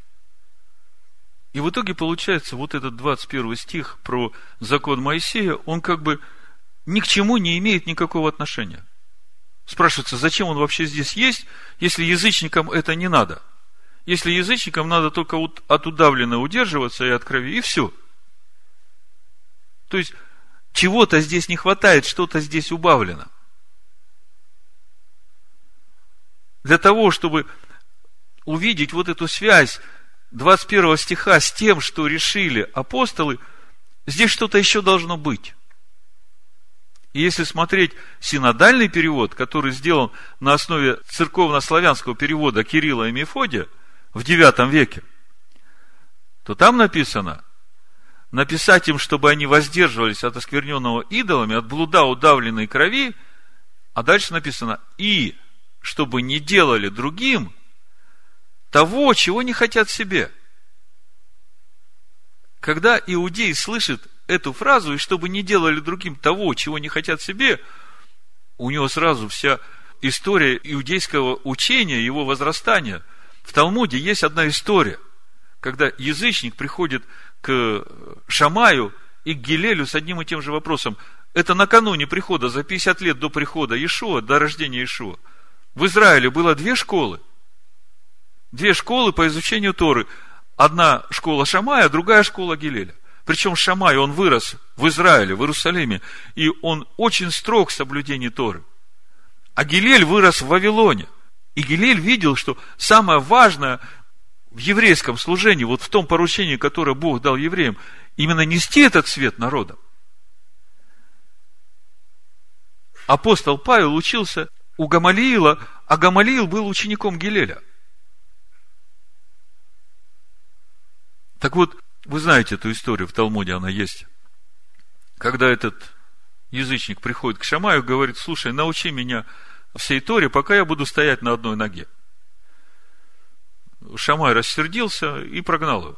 И в итоге получается вот этот двадцать первый стих про закон Моисея, он как бы ни к чему не имеет никакого отношения. Спрашивается, зачем он вообще здесь есть, если язычникам это не надо? Если язычникам надо только от удавленного удерживаться и от крови, и все. То есть, чего-то здесь не хватает, что-то здесь убавлено. Для того, чтобы увидеть вот эту связь двадцать первого стиха с тем, что решили апостолы, здесь что-то еще должно быть. И если смотреть синодальный перевод, который сделан на основе церковно-славянского перевода Кирилла и Мефодия в девятом веке, то там написано: написать им, чтобы они воздерживались от оскверненного идолами, от блуда удавленной крови, а дальше написано, и чтобы не делали другим того, чего не хотят себе. Когда иудей слышит эту фразу, и чтобы не делали другим того, чего не хотят себе, у него сразу вся история иудейского учения, его возрастания. В Талмуде есть одна история, когда язычник приходит к Шамаю и к Гилелю с одним и тем же вопросом. Это накануне прихода, за пятьдесят лет до прихода Иешуа, до рождения Иешуа. В Израиле было две школы. Две школы по изучению Торы. Одна школа Шамая, другая школа Гилеля. Причем Шамай, он вырос в Израиле, в Иерусалиме, и он очень строг в соблюдении Торы. А Гилель вырос в Вавилоне. И Гилель видел, что самое важное в еврейском служении, вот в том поручении, которое Бог дал евреям, именно нести этот свет народам. Апостол Павел учился у Гамалиила, а Гамалиил был учеником Гилеля. Так вот, вы знаете эту историю, в Талмуде она есть. Когда этот язычник приходит к Шамаю и говорит: слушай, научи меня всей Торе, пока я буду стоять на одной ноге. Шамай рассердился и прогнал его.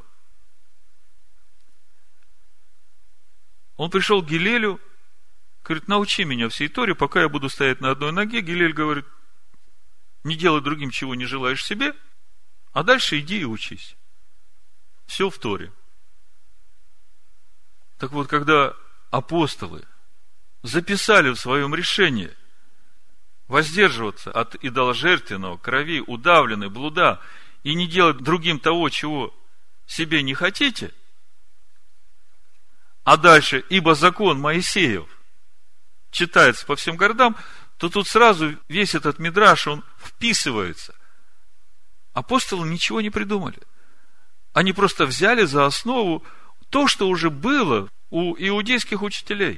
Он пришел к Гилелю, говорит: научи меня всей Торе, пока я буду стоять на одной ноге. Гилель говорит: не делай другим, чего не желаешь себе, а дальше иди и учись. Все в Торе. Так вот, когда апостолы записали в своем решении воздерживаться от идоложертвенного, крови, удавленной, блуда и не делать другим того, чего себе не хотите, а дальше, ибо закон Моисеев читается по всем городам, то тут сразу весь этот мидраш, он вписывается. Апостолы ничего не придумали. Они просто взяли за основу то, что уже было у иудейских учителей.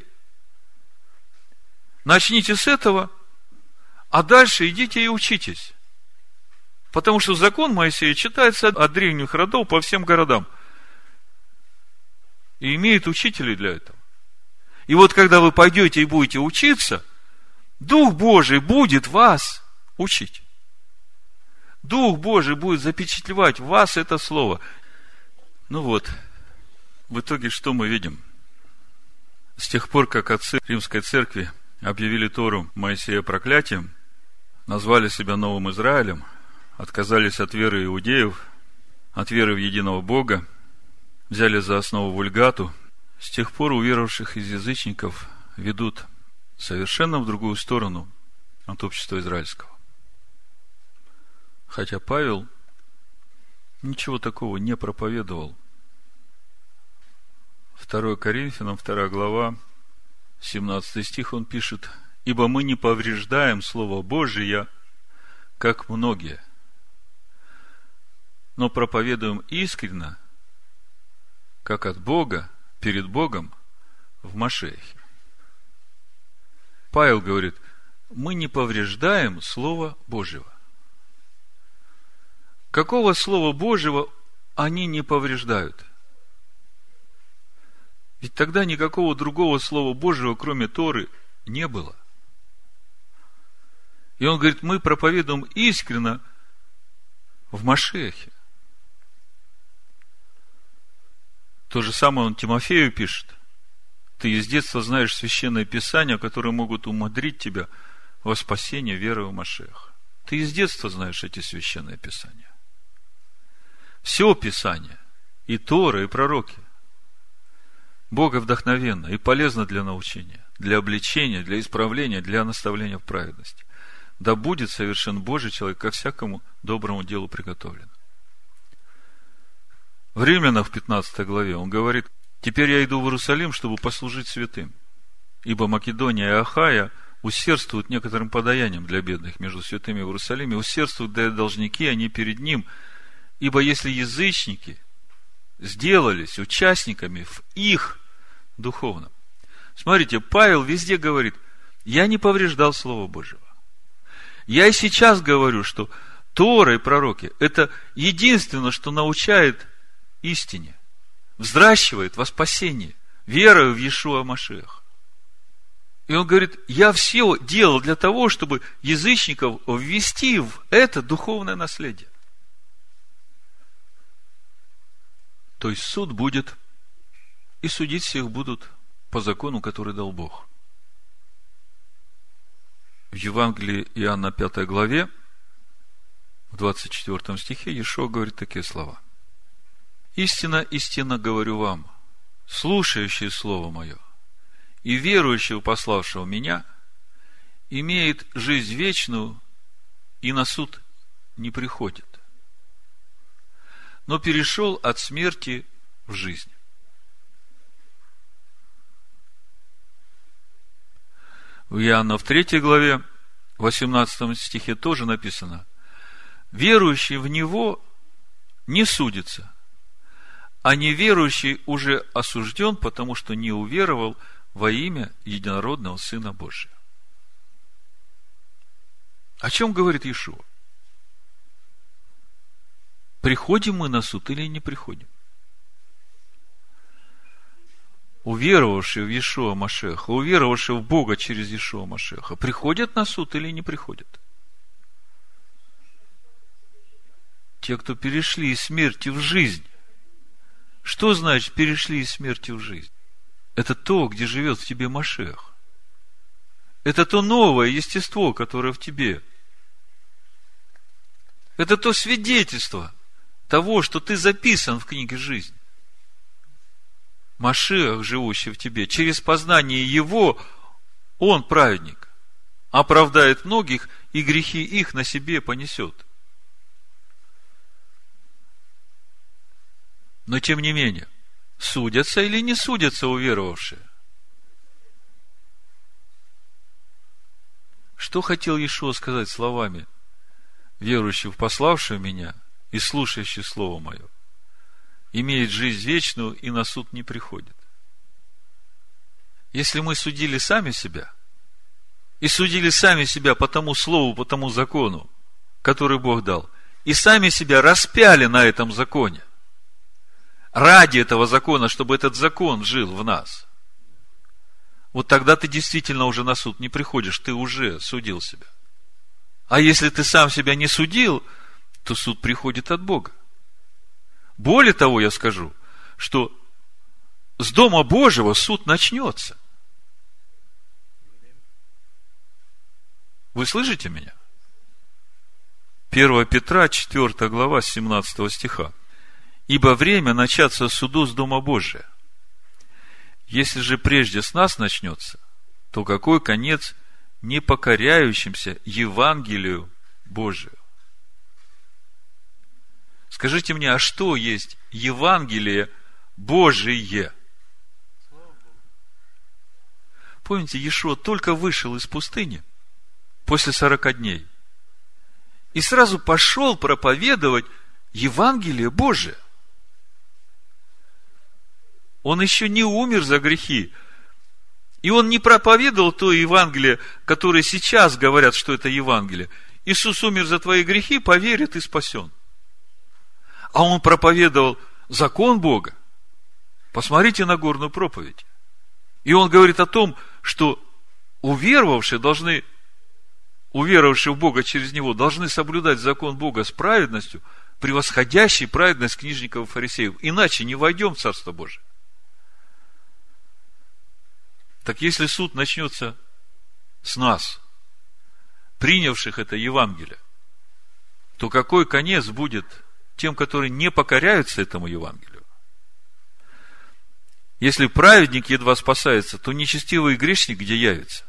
Начните с этого, а дальше идите и учитесь. Потому что закон Моисея читается от древних родов по всем городам. И имеет учителей для этого. И вот когда вы пойдете и будете учиться, Дух Божий будет вас учить. Дух Божий будет запечатлевать в вас это слово. Ну вот, в итоге что мы видим? С тех пор, как отцы Римской Церкви объявили Тору Моисея проклятием, назвали себя новым Израилем, отказались от веры иудеев, от веры в единого Бога, взяли за основу вульгату, с тех пор уверовавших из язычников ведут совершенно в другую сторону от общества израильского. Хотя Павел ничего такого не проповедовал. второе Коринфянам, вторая глава, семнадцатый стих, он пишет: «Ибо мы не повреждаем Слово Божие, как многие, но проповедуем искренно, как от Бога, перед Богом, в Машиахе». Павел говорит: мы не повреждаем Слово Божьего. Какого Слова Божьего они не повреждают? Ведь тогда никакого другого Слова Божьего, кроме Торы, не было. И он говорит: мы проповедуем искренно в Машиахе. То же самое он Тимофею пишет: ты из детства знаешь священные писания, которые могут умудрить тебя во спасение веры в Машиаха. Ты из детства знаешь эти священные писания. Все Писание, и Тора, и пророки, Бога вдохновенно и полезно для научения, для обличения, для исправления, для наставления в праведности. Да будет совершен Божий человек, ко всякому доброму делу приготовлен. В Римлянам в пятнадцатой главе он говорит: теперь я иду в Иерусалим, чтобы послужить святым, ибо Македония и Ахая усердствуют некоторым подаянием для бедных между святыми в Иерусалиме, усердствуют, да и должники они перед ним. Ибо если язычники сделались участниками в их духовном. Смотрите, Павел везде говорит: я не повреждал Слово Божьего. Я и сейчас говорю, что Тора и пророки – это единственное, что научает истине. взращивает во спасение, верою в Иешуа Машиаха. И он говорит, я все делал для того, чтобы язычников ввести в это духовное наследие. То есть суд будет, и судить всех будут по закону, который дал Бог. В Евангелии Иоанна пятой главе, в двадцать четвёртом стихе, Иешуа говорит такие слова. «Истинно, истинно говорю вам, слушающие Слово Мое и верующие в пославшего Меня имеет жизнь вечную и на суд не приходит, но перешел от смерти в жизнь». В Иоанна в третьей главе, в восемнадцатом стихе тоже написано: верующий в Него не судится, а неверующий уже осужден, потому что не уверовал во имя единородного Сына Божия. О чем говорит Иешуа? Приходим мы на суд или не приходим? Уверовавшие в Иешуа Машиаха, уверовавшие в Бога через Иешуа Машиаха, приходят на суд или не приходят? Те, кто перешли из смерти в жизнь. Что значит перешли из смерти в жизнь? Это то, где живет в тебе Машиах. Это то новое естество, которое в тебе. Это то свидетельство того, что ты записан в книге жизни. Машиах, живущий в тебе, через познание Его, Он праведник, оправдает многих, и грехи их на себе понесет. Но тем не менее, судятся или не судятся уверовавшие? Что хотел Иешуа сказать словами: верующий в пославшего Меня и слушающий Слово Мое имеет жизнь вечную и на суд не приходит? Если мы судили сами себя, и судили сами себя по тому слову, по тому закону, который Бог дал, и сами себя распяли на этом законе, ради этого закона, чтобы этот закон жил в нас, вот тогда ты действительно уже на суд не приходишь, ты уже судил себя. А если ты сам себя не судил, то суд приходит от Бога. Более того, я скажу, что с Дома Божьего суд начнется. Вы слышите меня? первое Петра, четвёртая глава, семнадцатого стиха. «Ибо время начаться суду с Дома Божия. Если же прежде с нас начнется, то какой конец непокоряющимся Евангелию Божию?» Скажите мне, а что есть Евангелие Божие? Помните, Иешуа только вышел из пустыни после сорока дней и сразу пошел проповедовать Евангелие Божие. Он еще не умер за грехи, и он не проповедовал то Евангелие, которое сейчас говорят, что это Евангелие. Иисус умер за твои грехи, поверит и спасен. А он проповедовал закон Бога. Посмотрите на Нагорную проповедь. И он говорит о том, что уверовавшие должны, уверовавшие в Бога через Него, должны соблюдать закон Бога с праведностью, превосходящей праведность книжников и фарисеев. Иначе не войдем в Царство Божие. Так если суд начнется с нас, принявших это Евангелие, то какой конец будет тем, которые не покоряются этому Евангелию? Если праведник едва спасается, то нечестивый грешник где явится?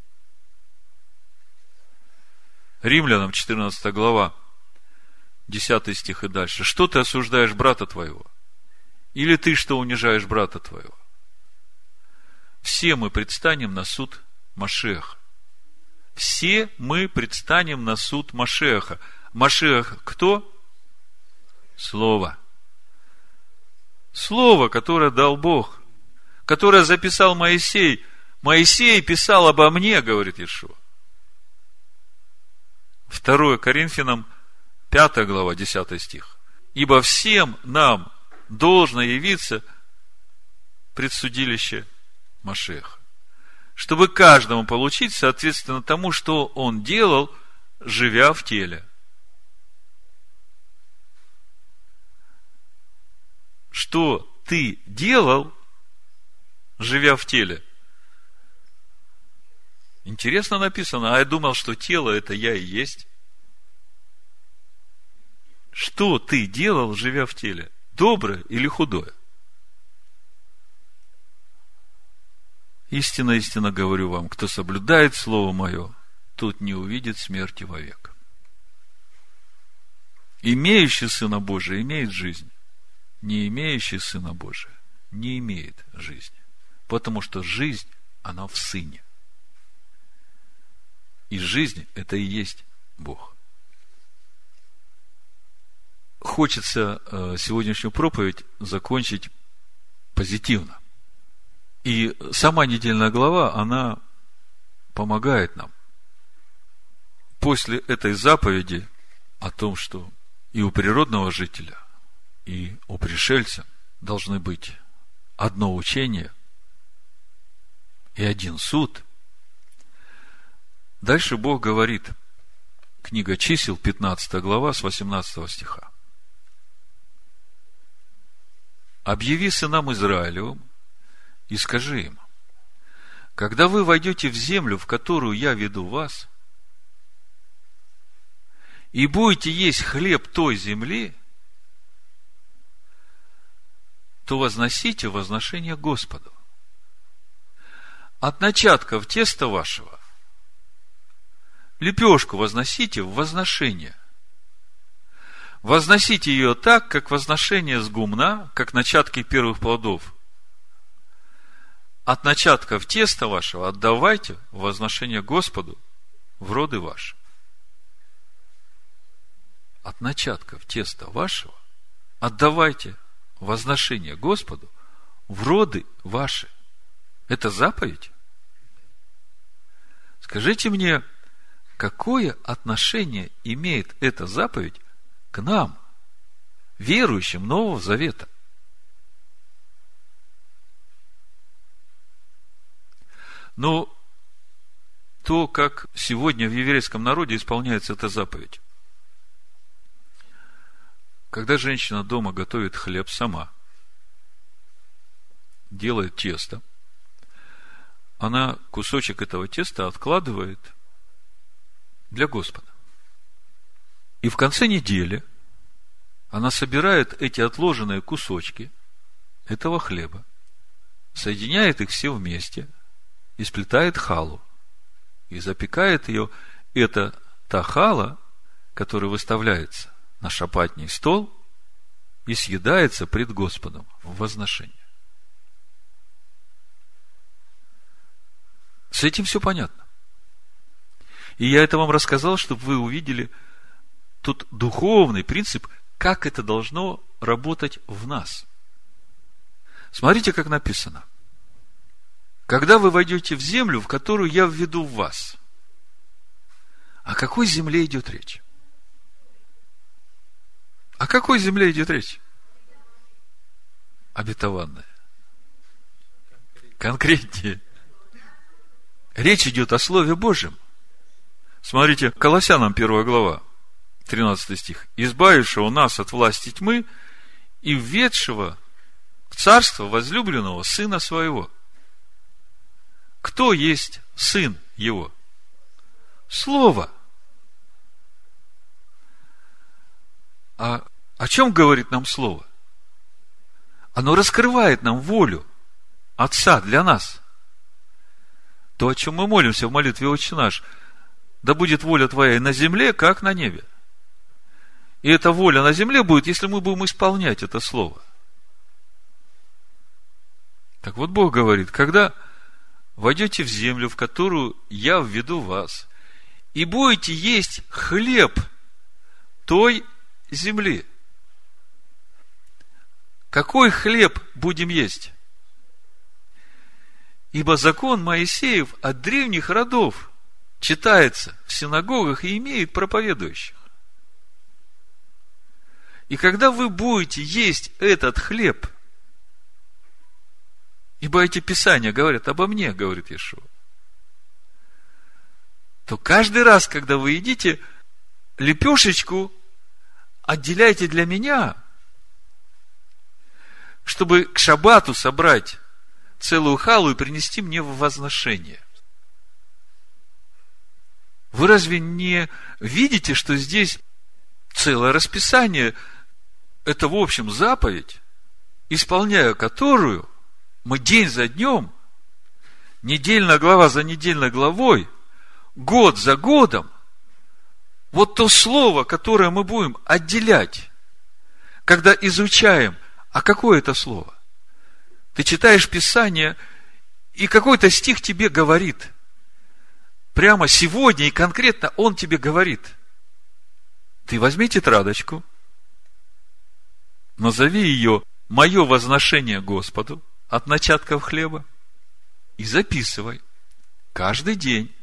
Римлянам четырнадцатая глава, десятый стих и дальше. «Что ты осуждаешь брата твоего? Или ты, что унижаешь брата твоего? Все мы предстанем на суд Машиаха». Все мы предстанем на суд Машиаха. Машиах кто? Слово. Слово, которое дал Бог, которое записал Моисей. Моисей писал обо мне, говорит Иешуа. второе Коринфянам, пятая глава, десятый стих. «Ибо всем нам должно явиться предсудилище Машеха, чтобы каждому получить соответственно тому, что он делал, живя в теле. Что ты делал, живя в теле? Интересно написано, а я думал, что тело это я и есть. Что ты делал, живя в теле? Доброе или худое? Истинно, истинно говорю вам, кто соблюдает Слово Мое, тот не увидит смерти вовек. Имеющий Сына Божия имеет жизнь. Не имеющий Сына Божия не имеет жизни. Потому что жизнь, она в Сыне. И жизнь, это и есть Бог. Хочется сегодняшнюю проповедь закончить позитивно. И сама недельная глава, она помогает нам. После этой заповеди о том, что и у природного жителя, и у пришельца должны быть одно учение и один суд. Дальше Бог говорит, книга Чисел, пятнадцатая глава, с восемнадцатого стиха. «Объяви сынам Израилевым и скажи им, когда вы войдете в землю, в которую я веду вас, и будете есть хлеб той земли, то возносите возношение Господу. От начатков теста вашего лепешку возносите в возношение. Возносите ее так, как возношение с гумна, как начатки первых плодов. От начатков теста вашего отдавайте возношение Господу в роды ваши. От начатков теста вашего отдавайте возношение Господу в роды ваши. Это заповедь? Скажите мне, какое отношение имеет эта заповедь к нам, верующим Нового Завета? Но то, как сегодня в еврейском народе исполняется эта заповедь. Когда женщина дома готовит хлеб сама, делает тесто, она кусочек этого теста откладывает для Господа. И в конце недели она собирает эти отложенные кусочки этого хлеба, соединяет их все вместе и сплетает халу. И запекает ее. Это та хала, которая выставляется на шаббатний стол и съедается пред Господом в возношение. С этим все понятно. И я это вам рассказал, чтобы вы увидели тут духовный принцип, как это должно работать в нас. Смотрите, как написано. Когда вы войдете в землю, в которую я введу в вас. О какой земле идет речь? О какой земле идет речь? Обетованная. Конкретнее. Речь идет о Слове Божьем. Смотрите, Колоссянам первая глава, тринадцатый стих. «Избавившего нас от власти тьмы и введшего в царство возлюбленного Сына Своего». Кто есть Сын Его? Слово. А о чем говорит нам Слово? Оно раскрывает нам волю Отца для нас. То, о чем мы молимся в молитве «Отче наш», да будет воля Твоя и на земле, как на небе. И эта воля на земле будет, если мы будем исполнять это Слово. Так вот, Бог говорит, когда войдете в землю, в которую я введу вас, и будете есть хлеб той земли. Какой хлеб будем есть? Ибо закон Моисеев от древних родов читается в синагогах и имеет проповедующих. И когда вы будете есть этот хлеб, ибо эти писания говорят обо мне, говорит Иешуа, то каждый раз, когда вы едите, лепешечку отделяйте для меня, чтобы к шаббату собрать целую халу и принести мне в возношение. Вы разве не видите, что здесь целое расписание, это в общем заповедь, исполняя которую мы день за днем, недельная глава за недельной главой, год за годом, вот то слово, которое мы будем отделять, когда изучаем, а какое это слово? Ты читаешь Писание, и какой-то стих тебе говорит. Прямо сегодня и конкретно он тебе говорит. Ты возьми тетрадочку, назови ее «Мое возношение Господу» от начатков хлеба и записывай каждый день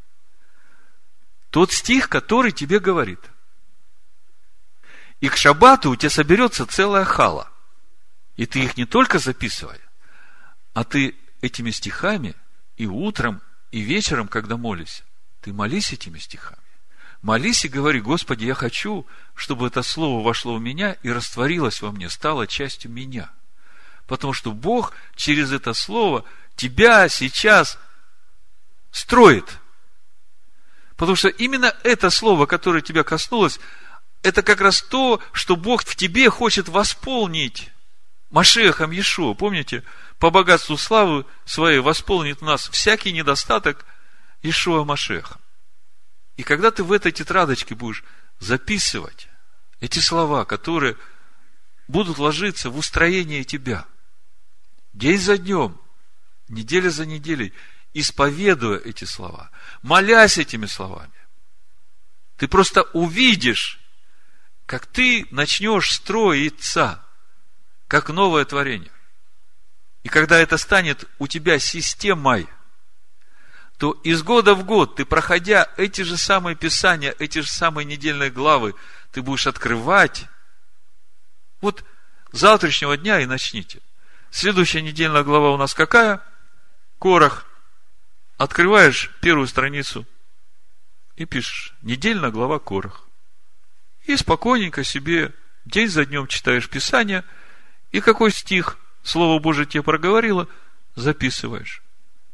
тот стих, который тебе говорит. И к шаббату у тебя соберется целая хала. И ты их не только записывай, а ты этими стихами и утром, и вечером, когда молишься, ты молись этими стихами. Молись и говори: Господи, я хочу, чтобы это слово вошло в меня и растворилось во мне, стало частью меня. Потому что Бог через это слово тебя сейчас строит. Потому что именно это слово, которое тебя коснулось, это как раз то, что Бог в тебе хочет восполнить Машиахом Иешуа. Помните, по богатству славы своей восполнит в нас всякий недостаток Иешуа Машиаха. И когда ты в этой тетрадочке будешь записывать эти слова, которые будут ложиться в устроение тебя, день за днем, неделя за неделей, исповедуя эти слова, молясь этими словами, ты просто увидишь, как ты начнешь строиться, как новое творение. И когда это станет у тебя системой, то из года в год ты, проходя эти же самые писания, эти же самые недельные главы, ты будешь открывать. Вот с завтрашнего дня и начните. Следующая недельная глава у нас какая? Корах. Открываешь первую страницу и пишешь: недельная глава Корах. И спокойненько себе день за днем читаешь Писание, и какой стих Слово Божие тебе проговорило, записываешь.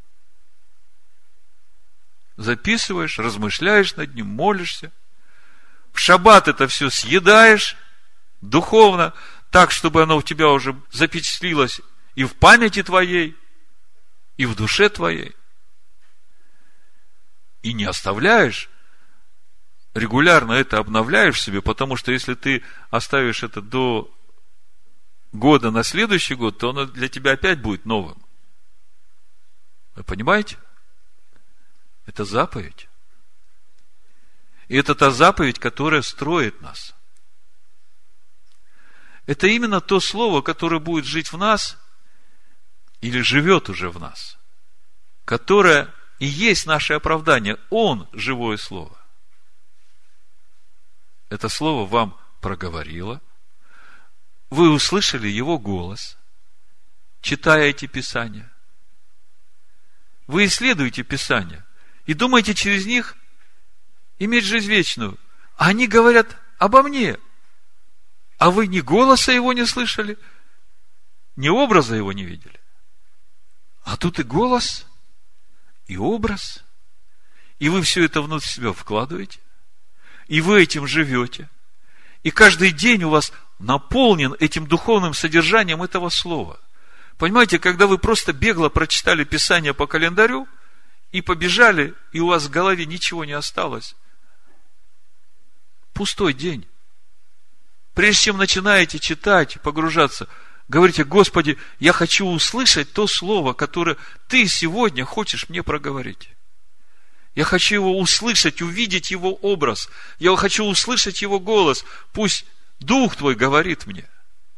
Записываешь, размышляешь над ним, молишься. В шаббат это все съедаешь духовно, так, чтобы оно у тебя уже запечатлилось и в памяти твоей, и в душе твоей. И не оставляешь, регулярно это обновляешь себе, потому что если ты оставишь это до года на следующий год, то оно для тебя опять будет новым. Вы понимаете? Это заповедь. И это та заповедь, которая строит нас. Это именно то слово, которое будет жить в нас, или живет уже в нас, которое и есть наше оправдание. Он – живое слово. Это слово вам проговорило. Вы услышали его голос, читая эти Писания. Вы исследуете Писания и думаете через них иметь жизнь вечную. А они говорят обо мне. А вы ни голоса его не слышали, ни образа его не видели. А тут и голос, и образ. И вы все это внутрь себя вкладываете. И вы этим живете. И каждый день у вас наполнен этим духовным содержанием этого слова. Понимаете, когда вы просто бегло прочитали Писание по календарю и побежали, и у вас в голове ничего не осталось, пустой день. Прежде чем начинаете читать, погружаться, говорите: Господи, я хочу услышать то слово, которое Ты сегодня хочешь мне проговорить. Я хочу его услышать, увидеть его образ. Я хочу услышать его голос. Пусть Дух Твой говорит мне.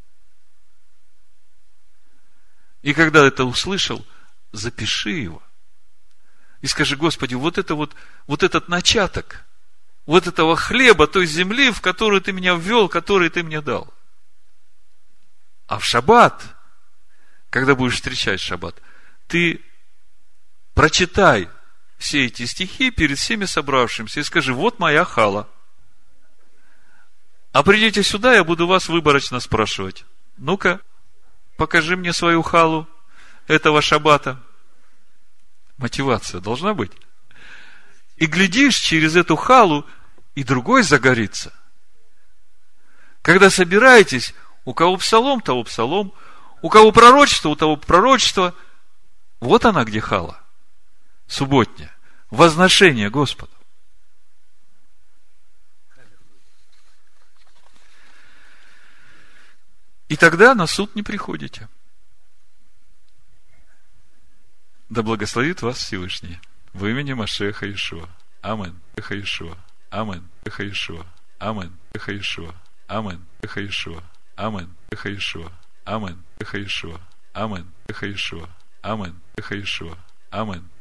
И когда это услышал, запиши его. И скажи: Господи, вот это вот, вот этот начаток, вот этого хлеба, той земли, в которую Ты меня ввел, который Ты мне дал. А в шаббат, когда будешь встречать шаббат, ты прочитай все эти стихи перед всеми собравшимся и скажи: вот моя хала. А придите сюда, я буду вас выборочно спрашивать: ну-ка, покажи мне свою халу этого шаббата. Мотивация должна быть. И глядишь, через эту халу и другой загорится. Когда собираетесь, у кого псалом, того псалом, у кого пророчество, у того пророчество. Вот она где хала. Субботняя. Возношение Господу. И тогда на суд не приходите. Да благословит вас Всевышний в имени Машеха Иешуа. Амин. Иешуа. Амин. Иешуа. Амин. Иешуа. Амин. Иешуа. Амин. Иешуа. Амин. Иешуа. Амин. Иешуа. Амин. Иешуа. Амин.